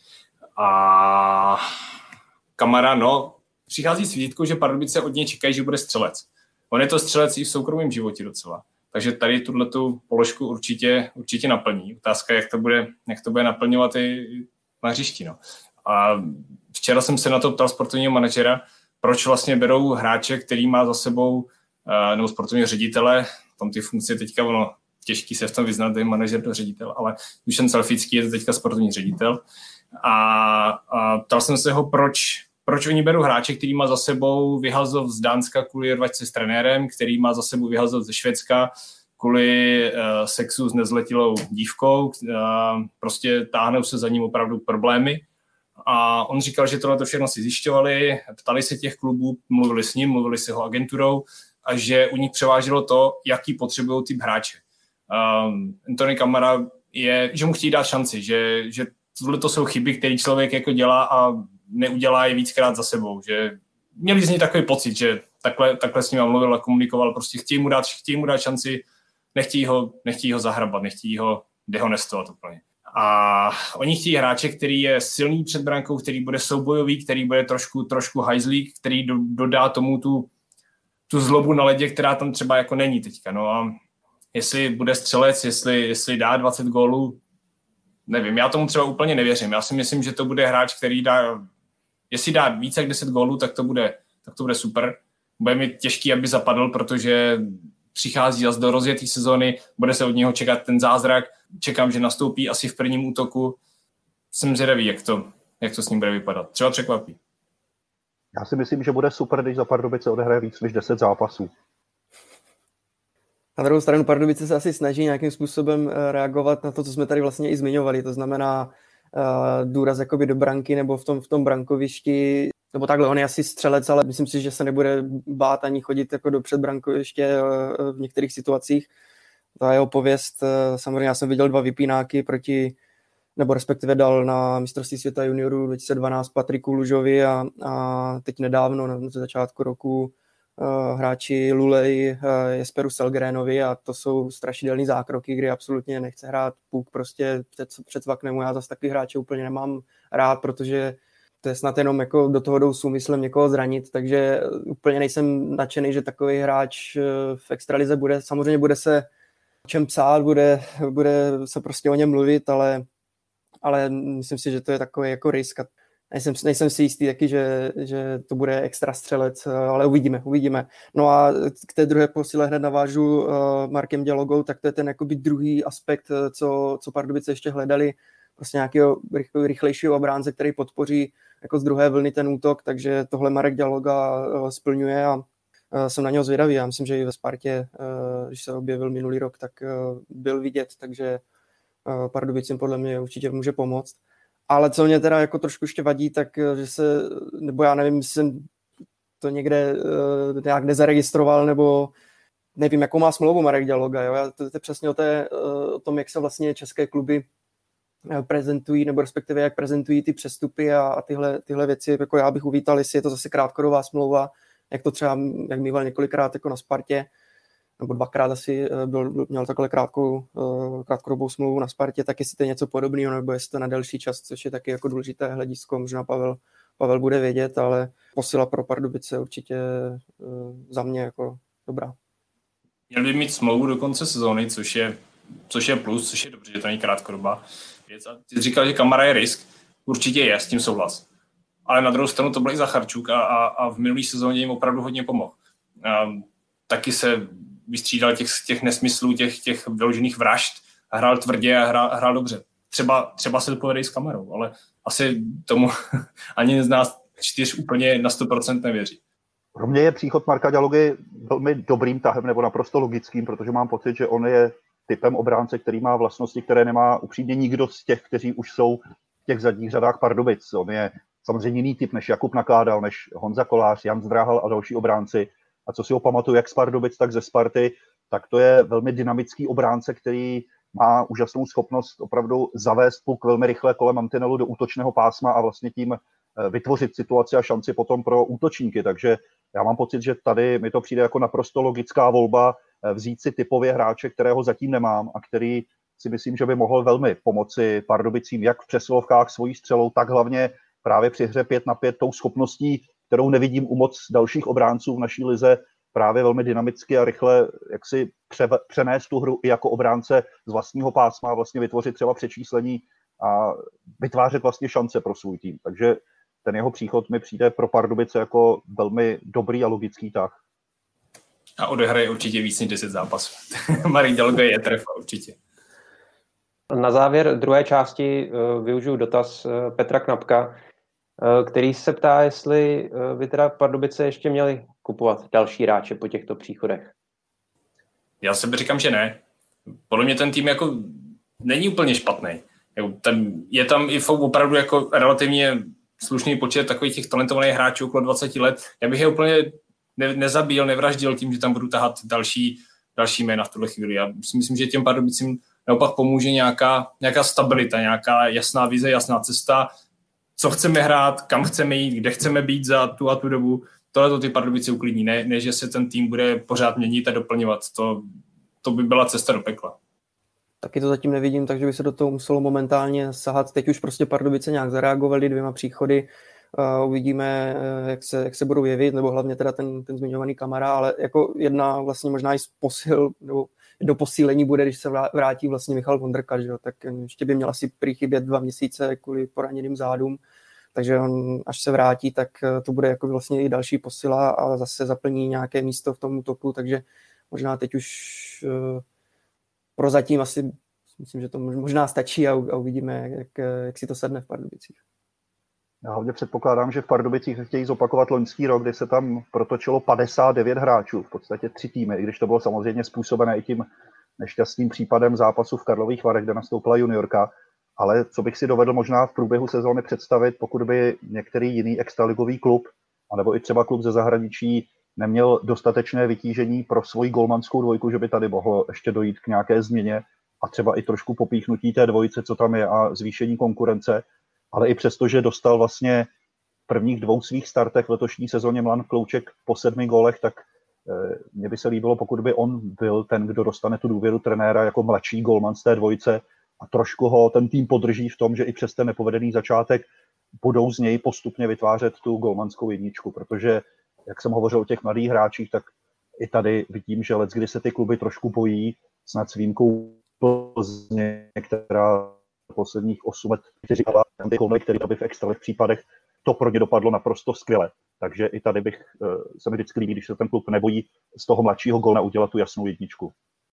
A Camara, přichází s výtkou, že Pardubice od něj čekají, že bude střelec. On je to střelec i v soukromém životě docela. Takže tady tuhletu položku určitě naplní. Otázka, jak to bude naplňovat i na hřišti. No. A včera jsem se na to ptal sportovního manažera, proč vlastně berou hráče, který má za sebou, nebo sportovního ředitele, tam ty funkce teďka, těžký se v tom vyznat, je manažer do ředitel, ale Dušan Selfický je to teďka sportovní ředitel. A ptal jsem se ho, proč oni berou hráče, který má za sebou Vyhazov z Dánska kvůli rvačce s trenérem, který má za sebou Vyhazov ze Švédska kvůli sexu s nezletilou dívkou. Prostě táhnou se za ním opravdu problémy. A on říkal, že tohle všechno si zjišťovali, ptali se těch klubů, mluvili s ním, mluvili s jeho agenturou a že u nich převážilo to, jaký potřebují typ hráče. Anthony Camara že mu chtějí dát šanci, že tohle to jsou chyby, které člověk jako dělá a neudělá je víckrát za sebou, že měli z něj takový pocit, že takhle s ním mluvil a komunikoval, prostě chtějí mu dát šanci, nechtějí ho zahrabat, nechtějí ho dehonestovat úplně. A oni chtějí hráče, který je silný před brankou, který bude soubojový, který bude trošku hajzlík, který dodá tomu tu zlobu na ledě, která tam třeba jako není teďka. No a jestli bude střelec, jestli dá 20 gólů, nevím, já tomu třeba úplně nevěřím. Já si myslím, že to bude hráč, který jestli dá více jak 10 gólů, tak to bude super. Bude mi těžký, aby zapadl, protože přichází zase do rozjetý sezóny, bude se od něho čekat ten zázrak. Čekám, že nastoupí asi v prvním útoku. Jsem zvědavý, jak to s ním bude vypadat. Třeba překvapí. Já si myslím, že bude super, když za Pardubice odehraje víc než 10 zápasů. Na druhou stranu Pardubice se asi snaží nějakým způsobem reagovat na to, co jsme tady vlastně i zmiňovali. To znamená důraz jakoby do branky nebo v tom brankovišti. Nebo takhle, on je asi střelec, ale myslím si, že se nebude bát ani chodit jako do předbrankoviště v některých situacích. ta jeho pověst, samozřejmě já jsem viděl 2 vypínáky nebo respektive dal na mistrovství světa juniorů 2012 Patriku Lužovi a teď nedávno, na začátku roku, hráči Lulej, Jesperu Selgrénovi a to jsou strašidelný zákroky, kdy absolutně nechce hrát puk prostě před Svaknemu. Já zase taky hráče úplně nemám rád, protože to je snad jenom jako do toho jdou s úmyslem někoho zranit, takže úplně nejsem nadšený, že takový hráč v extralize bude. Samozřejmě bude se o čem psát, bude se prostě o něm mluvit, ale myslím si, že to je takový jako risk. Nejsem si jistý taky, že to bude extra střelec, ale uvidíme. No a k té druhé posile hned navážu Markem Dialogou, tak to je ten jakoby druhý aspekt, co Pardubice ještě hledali, prostě nějakého rychlejšího obránce, který podpoří jako z druhé vlny ten útok, takže tohle Marek Dialoga splňuje a jsem na něho zvědavý. Já myslím, že i ve Spartě, když se objevil minulý rok, tak byl vidět, takže Pardubicím podle mě určitě může pomoct. Ale co mě teda jako trošku ještě vadí, tak že nebo já nevím, jsem to někde nějak nezaregistroval, nebo nevím, jakou má smlouvu Marek Dialoga. Jo? To je přesně o tom, jak se vlastně české kluby prezentují, nebo respektive jak prezentují ty přestupy a tyhle věci. Jako já bych uvítal, jestli je to zase krátkodobá smlouva, jak to třeba, jak mýval několikrát jako na Spartě, nebo 2krát asi měl takhle krátkodobou smlouvu na Spartě, tak jestli to je něco podobného, nebo jestli to na delší čas, což je taky jako důležité hledisko, možná Pavel bude vědět, ale posila pro Pardubice určitě za mě jako dobrá. Měl by mít smlouvu do konce sezóny, což je plus, což je dobře, že to není krátkodobá věc. A ty říkal, že Kamara je risk, určitě je, s tím souhlas. Ale na druhou stranu to byl i Zacharčuk a v minulý sezóně jim opravdu hodně pomohl. Taky se vystřídal těch nesmyslů, těch vyložených vražd a hrál tvrdě a hrál dobře. Třeba se to povede i s Kamerou, ale asi tomu ani z nás 4 úplně na 100% nevěří. Pro mě je příchod Marka Dialogy velmi dobrým tahem nebo naprosto logickým, protože mám pocit, že on je typem obránce, který má vlastnosti, které nemá upřímně nikdo z těch, kteří už jsou v těch zadních řadách Pardubic. On je samozřejmě jiný typ než Jakub Nakládal, než Honza Kolář, Jan Zdráhal a další obránci. A co si ho pamatuju, jak z Pardubic, tak ze Sparty, tak to je velmi dynamický obránce, který má úžasnou schopnost opravdu zavést puk velmi rychle kolem mantinelu do útočného pásma a vlastně tím vytvořit situaci a šanci potom pro útočníky. Takže já mám pocit, že tady mi to přijde jako naprosto logická volba vzít si typově hráče, kterého zatím nemám a který si myslím, že by mohl velmi pomoci Pardubicím jak v přesilovkách svojí střelou, tak hlavně právě při hře 5-5 tou schopností, kterou nevidím u moc dalších obránců v naší lize, právě velmi dynamicky a rychle jak si přenést tu hru i jako obránce z vlastního pásma a vlastně vytvořit třeba přečíslení a vytvářet vlastně šance pro svůj tým. Takže ten jeho příchod mi přijde pro Pardubice jako velmi dobrý a logický tah. A odehraje určitě víc než 10 zápasů. Marek Dialoga je trefa určitě. Na závěr druhé části využiju dotaz Petra Knapka, který se ptá, jestli by teda Pardubice ještě měli kupovat další hráče po těchto příchodech. Já sebe říkám, že ne. Podle mě ten tým jako není úplně špatný. Je tam i opravdu jako relativně slušný počet takových těch talentovaných hráčů okolo 20 let. Já bych je úplně nezabíjel, nevraždil tím, že tam budu tahat další jména v tuhle chvíli. Já si myslím, že těm Pardubicím naopak pomůže nějaká stabilita, nějaká jasná vize, jasná cesta, co chceme hrát, kam chceme jít, kde chceme být za tu a tu dobu. Tohle to ty Pardubice uklidní, ne, že se ten tým bude pořád měnit a doplňovat. To by byla cesta do pekla. Taky to zatím nevidím, takže by se do toho muselo momentálně sahat. Teď už prostě Pardubice nějak zareagovali 2 příchody. Uvidíme, jak se budou jevit, nebo hlavně teda ten zmiňovaný Kamara, ale jako jedna vlastně možná i z posil, nebo do posílení bude, když se vrátí vlastně Michal Vondrka, že jo? Tak ještě by měl asi prý chybět 2 měsíce kvůli poraněným zádům, takže on, až se vrátí, tak to bude jako vlastně i další posila a zase zaplní nějaké místo v tom útoku, takže možná teď už prozatím asi myslím, že to možná stačí a uvidíme, jak si to sedne v Pardubicích. Já hlavně předpokládám, že v Pardubicích chtějí zopakovat loňský rok, kdy se tam protočilo 59 hráčů, v podstatě 3 týmy, i když to bylo samozřejmě způsobené i tím nešťastným případem zápasu v Karlových Varech, kde nastoupila juniorka, ale co bych si dovedl možná v průběhu sezóny představit, pokud by některý jiný extraligový klub, anebo i třeba klub ze zahraničí neměl dostatečné vytížení pro svoji golmanskou dvojku, že by tady mohlo ještě dojít k nějaké změně a třeba i trošku popíchnutí té dvojice, co tam je, a zvýšení konkurence. Ale i přesto, že dostal vlastně v prvních 2 svých startech v letošní sezóně Milan Klouček po 7 gólech, tak mně by se líbilo, pokud by on byl ten, kdo dostane tu důvěru trenéra jako mladší golman z té dvojice a trošku ho ten tým podrží v tom, že i přes ten nepovedený začátek budou z něj postupně vytvářet tu golmanskou jedničku, protože, jak jsem hovořil o těch mladých hráčích, tak i tady vidím, že leckdy se ty kluby trošku bojí, snad s výjimkou Plzně, která posledních 8 let říkala, který by v extraligových případech to pro ně dopadlo naprosto skvěle. Takže i tady se mi vždycky líbí, když se ten klub nebojí z toho mladšího golna udělat tu jasnou jedničku.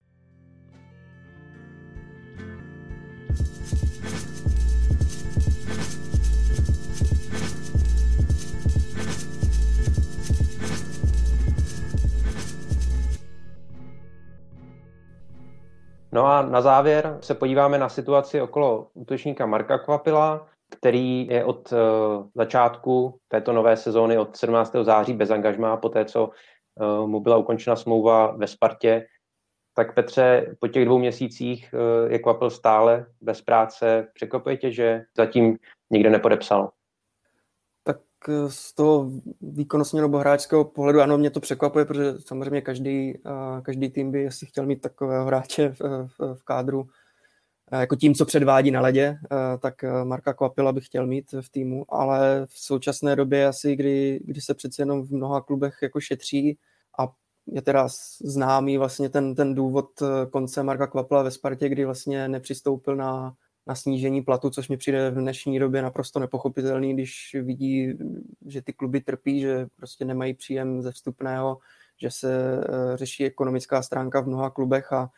No a na závěr se podíváme na situaci okolo útočníka Marka Kvapila, který je od začátku této nové sezóny, od 17. září bez angažmá, poté co mu byla ukončena smlouva ve Spartě. Tak Petře, po těch 2 měsících je Kvapil stále bez práce. Překvapuje tě, že zatím nikde nepodepsal? Tak z toho výkonnostního nebo hráčského pohledu ano, mě to překvapuje, protože samozřejmě každý tým by asi chtěl mít takového hráče v kádru. Jako tím, co předvádí na ledě, tak Marka Kvapila bych chtěl mít v týmu, ale v současné době asi, kdy se přece jenom v mnoha klubech jako šetří a je teda známý vlastně ten důvod konce Marka Kvapila ve Spartě, kdy vlastně nepřistoupil na snížení platu, což mi přijde v dnešní době naprosto nepochopitelný, když vidí, že ty kluby trpí, že prostě nemají příjem ze vstupného, že se řeší ekonomická stránka v mnoha klubech a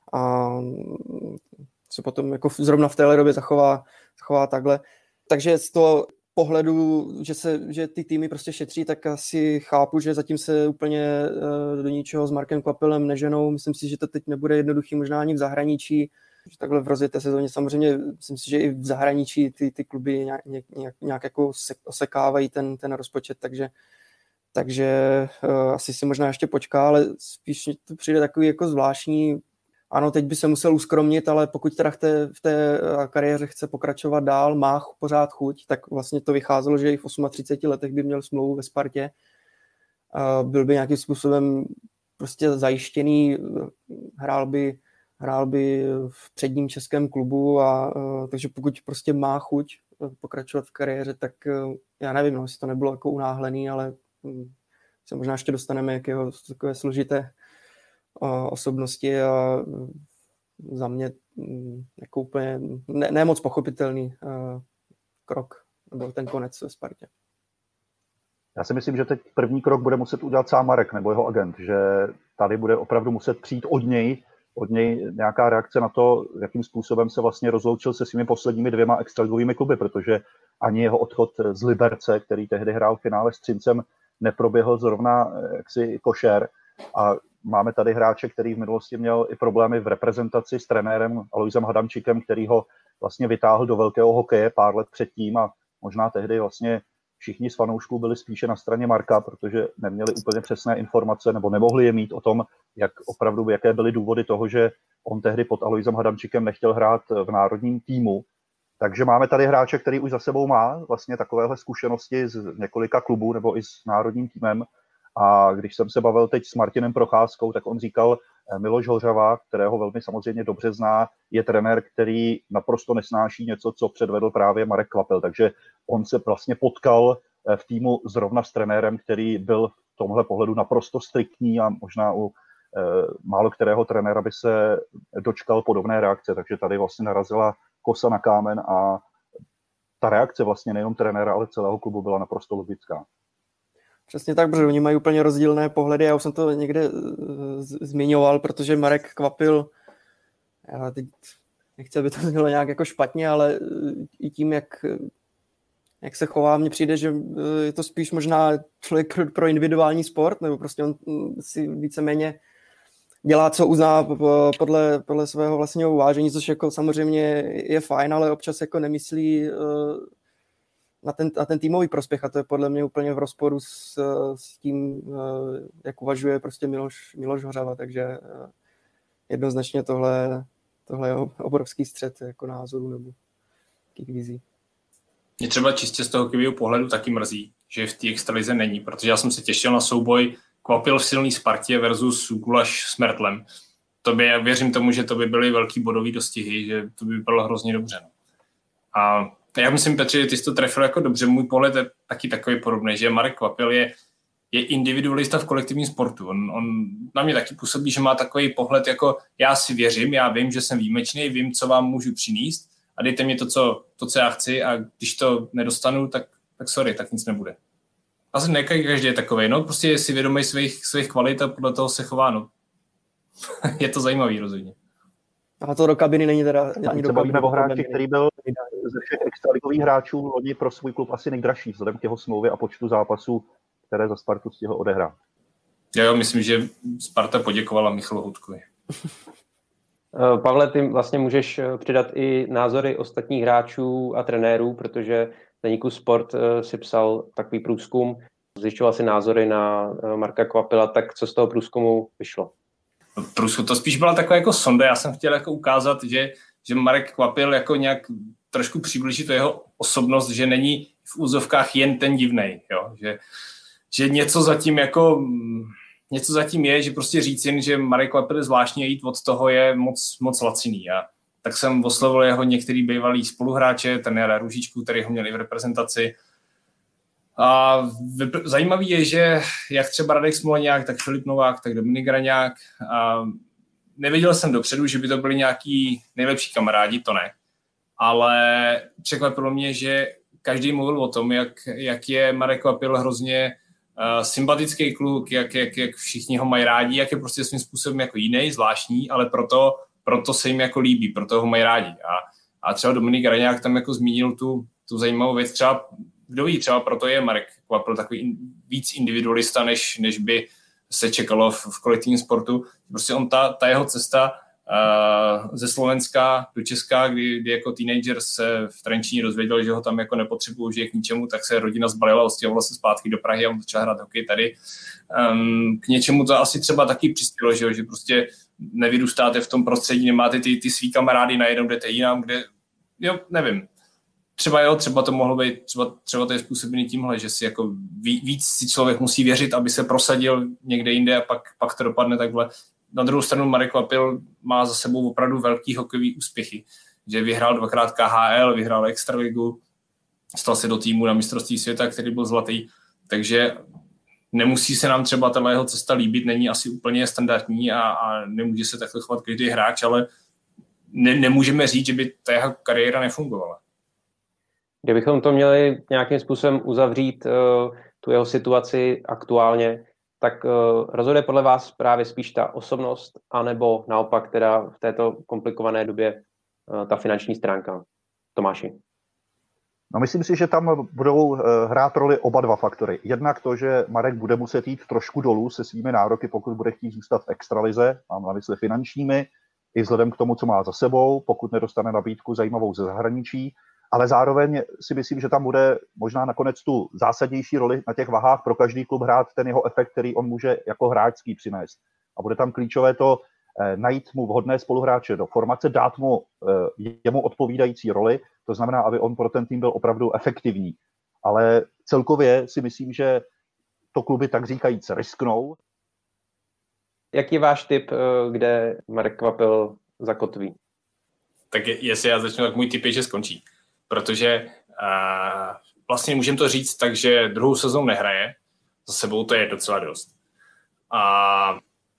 se potom jako zrovna v téhle době zachová takhle. Takže z toho pohledu, že ty týmy prostě šetří, tak asi chápu, že zatím se úplně do ničeho s Markem Kvapilem neženou. Myslím si, že to teď nebude jednoduchý, možná ani v zahraničí. Že takhle v rozjeté sezóně samozřejmě myslím si, že i v zahraničí ty kluby nějak jako osekávají ten rozpočet, takže asi si možná ještě počká, ale spíš to přijde takový jako zvláštní. Ano, teď by se musel uskromnit, ale pokud teda v té kariéře chce pokračovat dál, má pořád chuť, tak vlastně to vycházelo, že i v 38 letech by měl smlouvu ve Spartě. Byl by nějakým způsobem prostě zajištěný, hrál by v předním českém klubu, takže pokud prostě má chuť pokračovat v kariéře, tak já nevím, jestli to nebylo jako unáhlený, ale se možná ještě dostaneme k jeho takové složité osobnosti a za mě jako úplně ne moc pochopitelný krok byl ten konec ve Spartě. Já si myslím, že teď první krok bude muset udělat sám Marek nebo jeho agent, že tady bude opravdu muset přijít od něj nějaká reakce na to, jakým způsobem se vlastně rozloučil se svými posledními 2 extraligovými kluby, protože ani jeho odchod z Liberce, který tehdy hrál v finále s Třincem, neproběhl zrovna jaksi košer. A máme tady hráče, který v minulosti měl i problémy v reprezentaci s trenérem Alojzem Hadamčíkem, který ho vlastně vytáhl do velkého hokeje pár let předtím a možná tehdy vlastně všichni z fanoušků byli spíše na straně Marka, protože neměli úplně přesné informace nebo nemohli je mít o tom, jaké byly důvody toho, že on tehdy pod Alojzem Hadamčíkem nechtěl hrát v národním týmu. Takže máme tady hráče, který už za sebou má vlastně takovéhle zkušenosti z několika klubů nebo i s národním týmem. A když jsem se bavil teď s Martinem Procházkou, tak on říkal, Miloš Hořava, kterého velmi samozřejmě dobře zná, je trenér, který naprosto nesnáší něco, co předvedl právě Marek Kvapil. Takže on se vlastně potkal v týmu zrovna s trenérem, který byl v tomhle pohledu naprosto striktní a možná u málo kterého trenéra by se dočkal podobné reakce. Takže tady vlastně narazila kosa na kámen a ta reakce vlastně nejenom trenéra, ale celého klubu byla naprosto logická. Přesně tak, protože oni mají úplně rozdílné pohledy. Já už jsem to někde zmiňoval, protože Marek Kvapil, já teď nechci, aby to znělo nějak jako špatně, ale i tím, jak se chová, mně přijde, že je to spíš možná člověk pro individuální sport, nebo prostě on si víceméně dělá, co uzná podle svého vlastního uvážení, což jako samozřejmě je fajn, ale občas jako nemyslí na ten týmový prospěch a to je podle mě úplně v rozporu s tím, jak uvažuje prostě Miloš Hořava, takže jednoznačně tohle je obrovský střet jako názoru nebo vizí. Mě třeba čistě z toho hokejového pohledu taky mrzí, že v té extralize není, protože já jsem se těšil na souboj Kvapil v silný Spartě versus Gulaš s Mertlem. Já věřím tomu, že to by byly velký bodový dostihy, že to by bylo hrozně dobře. No. A já myslím, Petře, že ty jsi to trefil jako dobře. Můj pohled je taky takový podobný, že Marek Kvapil je individualista v kolektivním sportu. On na mě taky působí, že má takový pohled jako já si věřím, já vím, že jsem výjimečný, vím, co vám můžu přinést a dejte mi to, co já chci a když to nedostanu, tak sorry, tak nic nebude. Asi ne každý je takovej, no, prostě je si vědomý svých kvalit a podle toho se chová, no. Je to zajímavý rozhodně. A to do kabiny není teda ani do kabiny. O hráči, který byl ze všech extraligových hráčů loni pro svůj klub asi nejdražší, vzhledem k jeho smlouvě a počtu zápasů, které za Spartu stihl odehrát. Jo, myslím, že Sparta poděkovala Michalu Houtkovi. Pavle, ty vlastně můžeš přidat i názory ostatních hráčů a trenérů, protože deníku Sport si psal takový průzkum, zjišťoval si názory na Marka Kvapila, tak co z toho průzkumu vyšlo? Průzkum, to spíš byla taková jako sonda, já jsem chtěl jako ukázat, že Marek Kvapil jako nějak trošku přiblížit to jeho osobnost, že není v úzovkách jen ten divnej, jo? Že něco zatím je, že prostě říct jen, že Marek Kvapil je zvláštně jít od toho je moc laciný. A tak jsem oslovil jeho některý bývalý spoluhráče, trenéra Růžičku, který ho měl i v reprezentaci. A zajímavý je, že jak třeba Radek Smolňák, tak Filip Novák, tak Dominik Raňák. A nevěděl jsem dopředu, že by to byli nějaký nejlepší kamarádi, to ne. Ale překvapilo mě, že každý mluvil o tom, jak je Marek Kvapil hrozně sympatický kluk, jak všichni ho mají rádi, jak je prostě svým způsobem jako jiný, zvláštní, ale proto se jim jako líbí, proto ho mají rádi. A třeba Dominik Raňák tam jako zmínil tu zajímavou věc, třeba kdo ví, třeba proto je Marek Kvapil takový víc individualista, než by se čekalo v kolektivním sportu. Prostě ta jeho cesta ze Slovenska do Česka, kdy jako teenager se v Trenčíně dozvěděl, že ho tam jako nepotřebují, že je k ničemu, tak se rodina zbalila, odstěhovala se zpátky do Prahy a on začal hrát hokej tady. K něčemu to asi třeba taky přispělo, že prostě nevyrůstáte v tom prostředí, nemáte ty svý kamarády, najednou jdete jinam, kde, jo, nevím. Třeba to mohlo být, třeba to je způsobený tímhle, že si jako víc si člověk musí věřit, aby se prosadil někde jinde a pak to dopadne takhle. Na druhou stranu Marek Kvapil má za sebou opravdu velký hokejový úspěchy, že vyhrál 2x KHL, vyhrál Extraligu, stal se do týmu na mistrovství světa, který byl zlatý, takže nemusí se nám třeba tato jeho cesta líbit, není asi úplně standardní a nemůže se takhle chovat každý hráč, ale nemůžeme říct, že by ta jeho kariéra nefungovala. Kdybychom to měli nějakým způsobem uzavřít tu jeho situaci aktuálně, tak rozhoduje podle vás právě spíš ta osobnost, anebo naopak teda v této komplikované době ta finanční stránka? Tomáši. No, myslím si, že tam budou hrát roli oba dva faktory. Jednak to, že Marek bude muset jít trošku dolů se svými nároky, pokud bude chtít zůstat v extralize, mám na mysli finančními, i vzhledem k tomu, co má za sebou, pokud nedostane nabídku zajímavou ze zahraničí, ale zároveň si myslím, že tam bude možná nakonec tu zásadnější roli na těch vahách pro každý klub hrát ten jeho efekt, který on může jako hráčský přinést. A bude tam klíčové to najít mu vhodné spoluhráče do formace, dát mu jemu odpovídající roli, to znamená, aby on pro ten tým byl opravdu efektivní. Ale celkově si myslím, že to kluby tak říkajíc risknou. Jaký je váš tip, kde Marek Kvapil zakotví? Tak jestli já začnu, tak můj tip je, že skončí. Protože vlastně můžeme to říct tak, že druhou sezónu nehraje, za sebou to je docela dost. A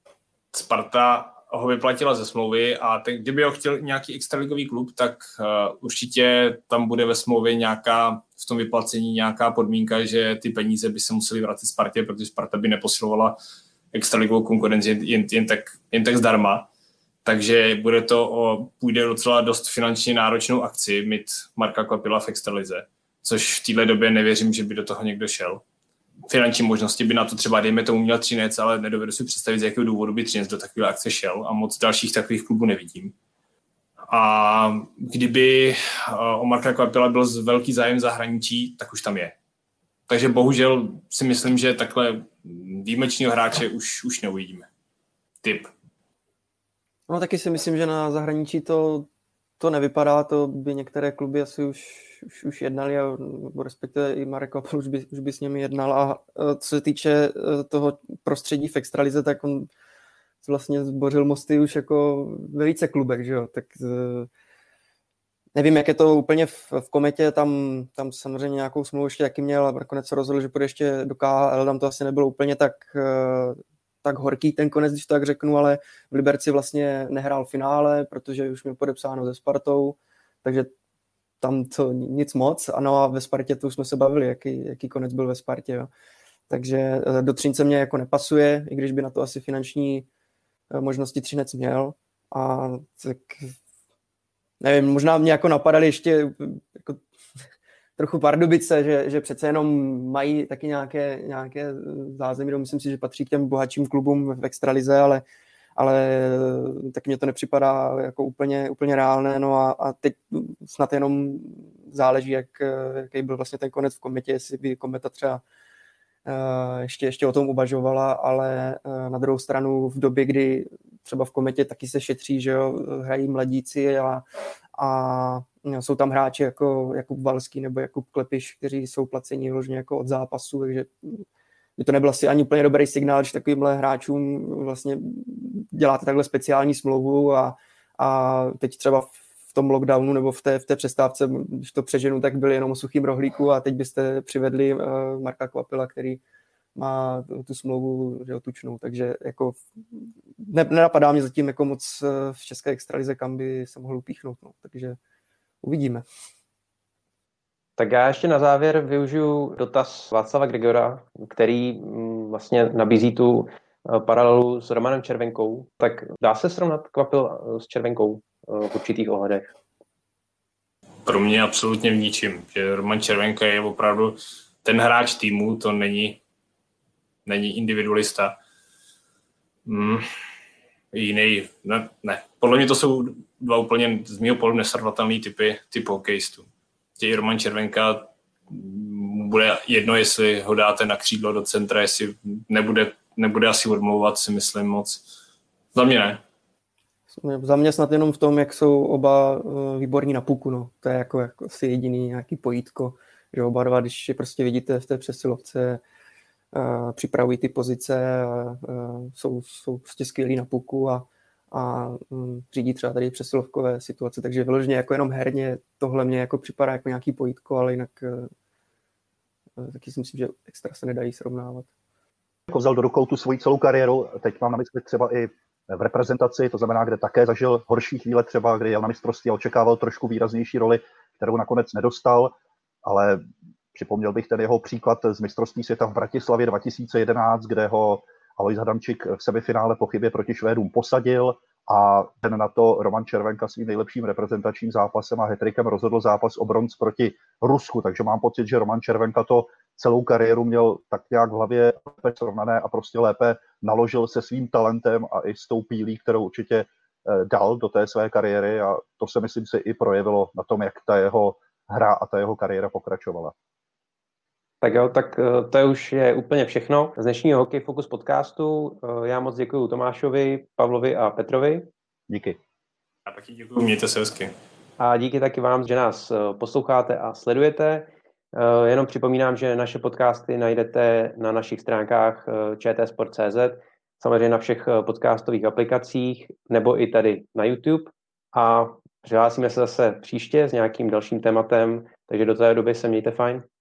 Sparta ho vyplatila ze smlouvy a kdyby ho chtěl nějaký extraligový klub, tak určitě tam bude ve smlouvě v tom vyplacení nějaká podmínka, že ty peníze by se musely vrátit Spartě, protože Sparta by neposilovala extraligovou konkurenci jen tak zdarma. Takže půjde docela dost finančně náročnou akci mít Marka Kvapila v extralize, což v této době nevěřím, že by do toho někdo šel. Finanční možnosti by na to třeba, dejme tomu, měl Třinec, ale nedovedu si představit, z jakého důvodu by Třinec do takové akce šel a moc dalších takových klubů nevidím. A kdyby o Marka Kvapila byl velký zájem zahraničí, tak už tam je. Takže bohužel si myslím, že takhle výjimečného hráče už neuvidíme. Tip. No taky si myslím, že na zahraničí to nevypadá, to by některé kluby asi už jednali, a respektive i Marek Kvapil už by s nimi jednal. A co se týče toho prostředí v extralize, tak on vlastně zbořil mosty už jako ve více klubech, že jo, tak nevím, jak je to úplně v Kometě, tam samozřejmě nějakou smlouvu ještě taky měl a nakonec se rozhodl, že půjde ještě do KHL, tam to asi nebylo úplně tak horký ten konec, když to tak řeknu, ale v Liberci vlastně nehrál finále, protože už měl podepsáno se Spartou, takže tam to nic moc. Ano, a ve Spartě to už jsme se bavili, jaký konec byl ve Spartě. Jo. Takže do Třince mě jako nepasuje, i když by na to asi finanční možnosti Třinec měl. A tak nevím, možná mě jako napadaly ještě jako trochu Pardubice, že přece jenom mají taky nějaké zázemí, myslím si, že patří k těm bohatším klubům v extralize, ale tak mně to nepřipadá jako úplně reálné, no a teď snad jenom záleží, jaký byl vlastně ten konec v Kometě, jestli by Kometa třeba ještě o tom uvažovala, ale na druhou stranu v době, kdy třeba v Kometě taky se šetří, že jo, hrají mladíci a jsou tam hráči jako Jakub Valský nebo Jakub Klepiš, kteří jsou placeni vložně jako od zápasu, takže by to nebyl asi ani úplně dobrý signál, když takovýmhle hráčům vlastně děláte takhle speciální smlouvu a teď třeba v tom lockdownu nebo v té přestávce, když to přeženu, tak byli jenom o suchým rohlíku a teď byste přivedli Marka Kvapila, který má tu smlouvu tučnou, takže jako nenapadá mě zatím jako moc v české extralize, kam by se mohl upíchnout, no. Takže uvidíme. Tak já ještě na závěr využiju dotaz Václava Gregora, který vlastně nabízí tu paralelu s Romanem Červenkou. Tak dá se srovnat Kvapil s Červenkou v určitých ohledech? Pro mě absolutně v ničím. Že Roman Červenka je opravdu ten hráč týmu, to není individualista. Jiný, ne. Podle mě to jsou dva úplně z mého pohledu nesrovnatelný typ hokejistů. Těj Roman Červenka bude jedno, jestli ho dáte na křídlo do centra, jestli nebude asi odmlouvat, si myslím moc. Za mě ne. Za mě snad jenom v tom, jak jsou oba výborní na puku, no. To je jako asi jediný nějaký pojítko, že oba dva, když je prostě vidíte v té přesilovce, připravují ty pozice, jsou prostě skvělí na puku a řídí třeba tady přesilovkové situace, takže vyloženě jako jenom herně tohle mě jako připadá jako nějaký pojítko, ale jinak taky si myslím, že extra se nedají srovnávat. Jako vzal do rukou tu svoji celou kariéru, teď mám na mysli třeba i v reprezentaci, to znamená, kde také zažil horší chvíle třeba, kdy jel na mistrovství a očekával trošku výraznější roli, kterou nakonec nedostal, ale připomněl bych ten jeho příklad z mistrovství světa v Bratislavě 2011, kde ho Alojz Hadamčík v semifinále po chybě proti Švédům posadil a ten na to Roman Červenka svým nejlepším reprezentačním zápasem a hat-trickem rozhodl zápas o bronz proti Rusku, takže mám pocit, že Roman Červenka to celou kariéru měl tak nějak v hlavě lépe srovnané a prostě lépe naložil se svým talentem a i s tou pílí, kterou určitě dal do té své kariéry a to se myslím si i projevilo na tom, jak ta jeho hra a ta jeho kariéra pokračovala. Tak jo, tak to už je úplně všechno z dnešního Hokej Focus podcastu. Já moc děkuji Tomášovi, Pavlovi a Petrovi. Díky. Já taky děkuji, mějte se hezky. A díky taky vám, že nás posloucháte a sledujete. Jenom připomínám, že naše podcasty najdete na našich stránkách čtsport.cz, samozřejmě na všech podcastových aplikacích nebo i tady na YouTube. A přihlásíme se zase příště s nějakým dalším tématem, takže do té doby se mějte fajn.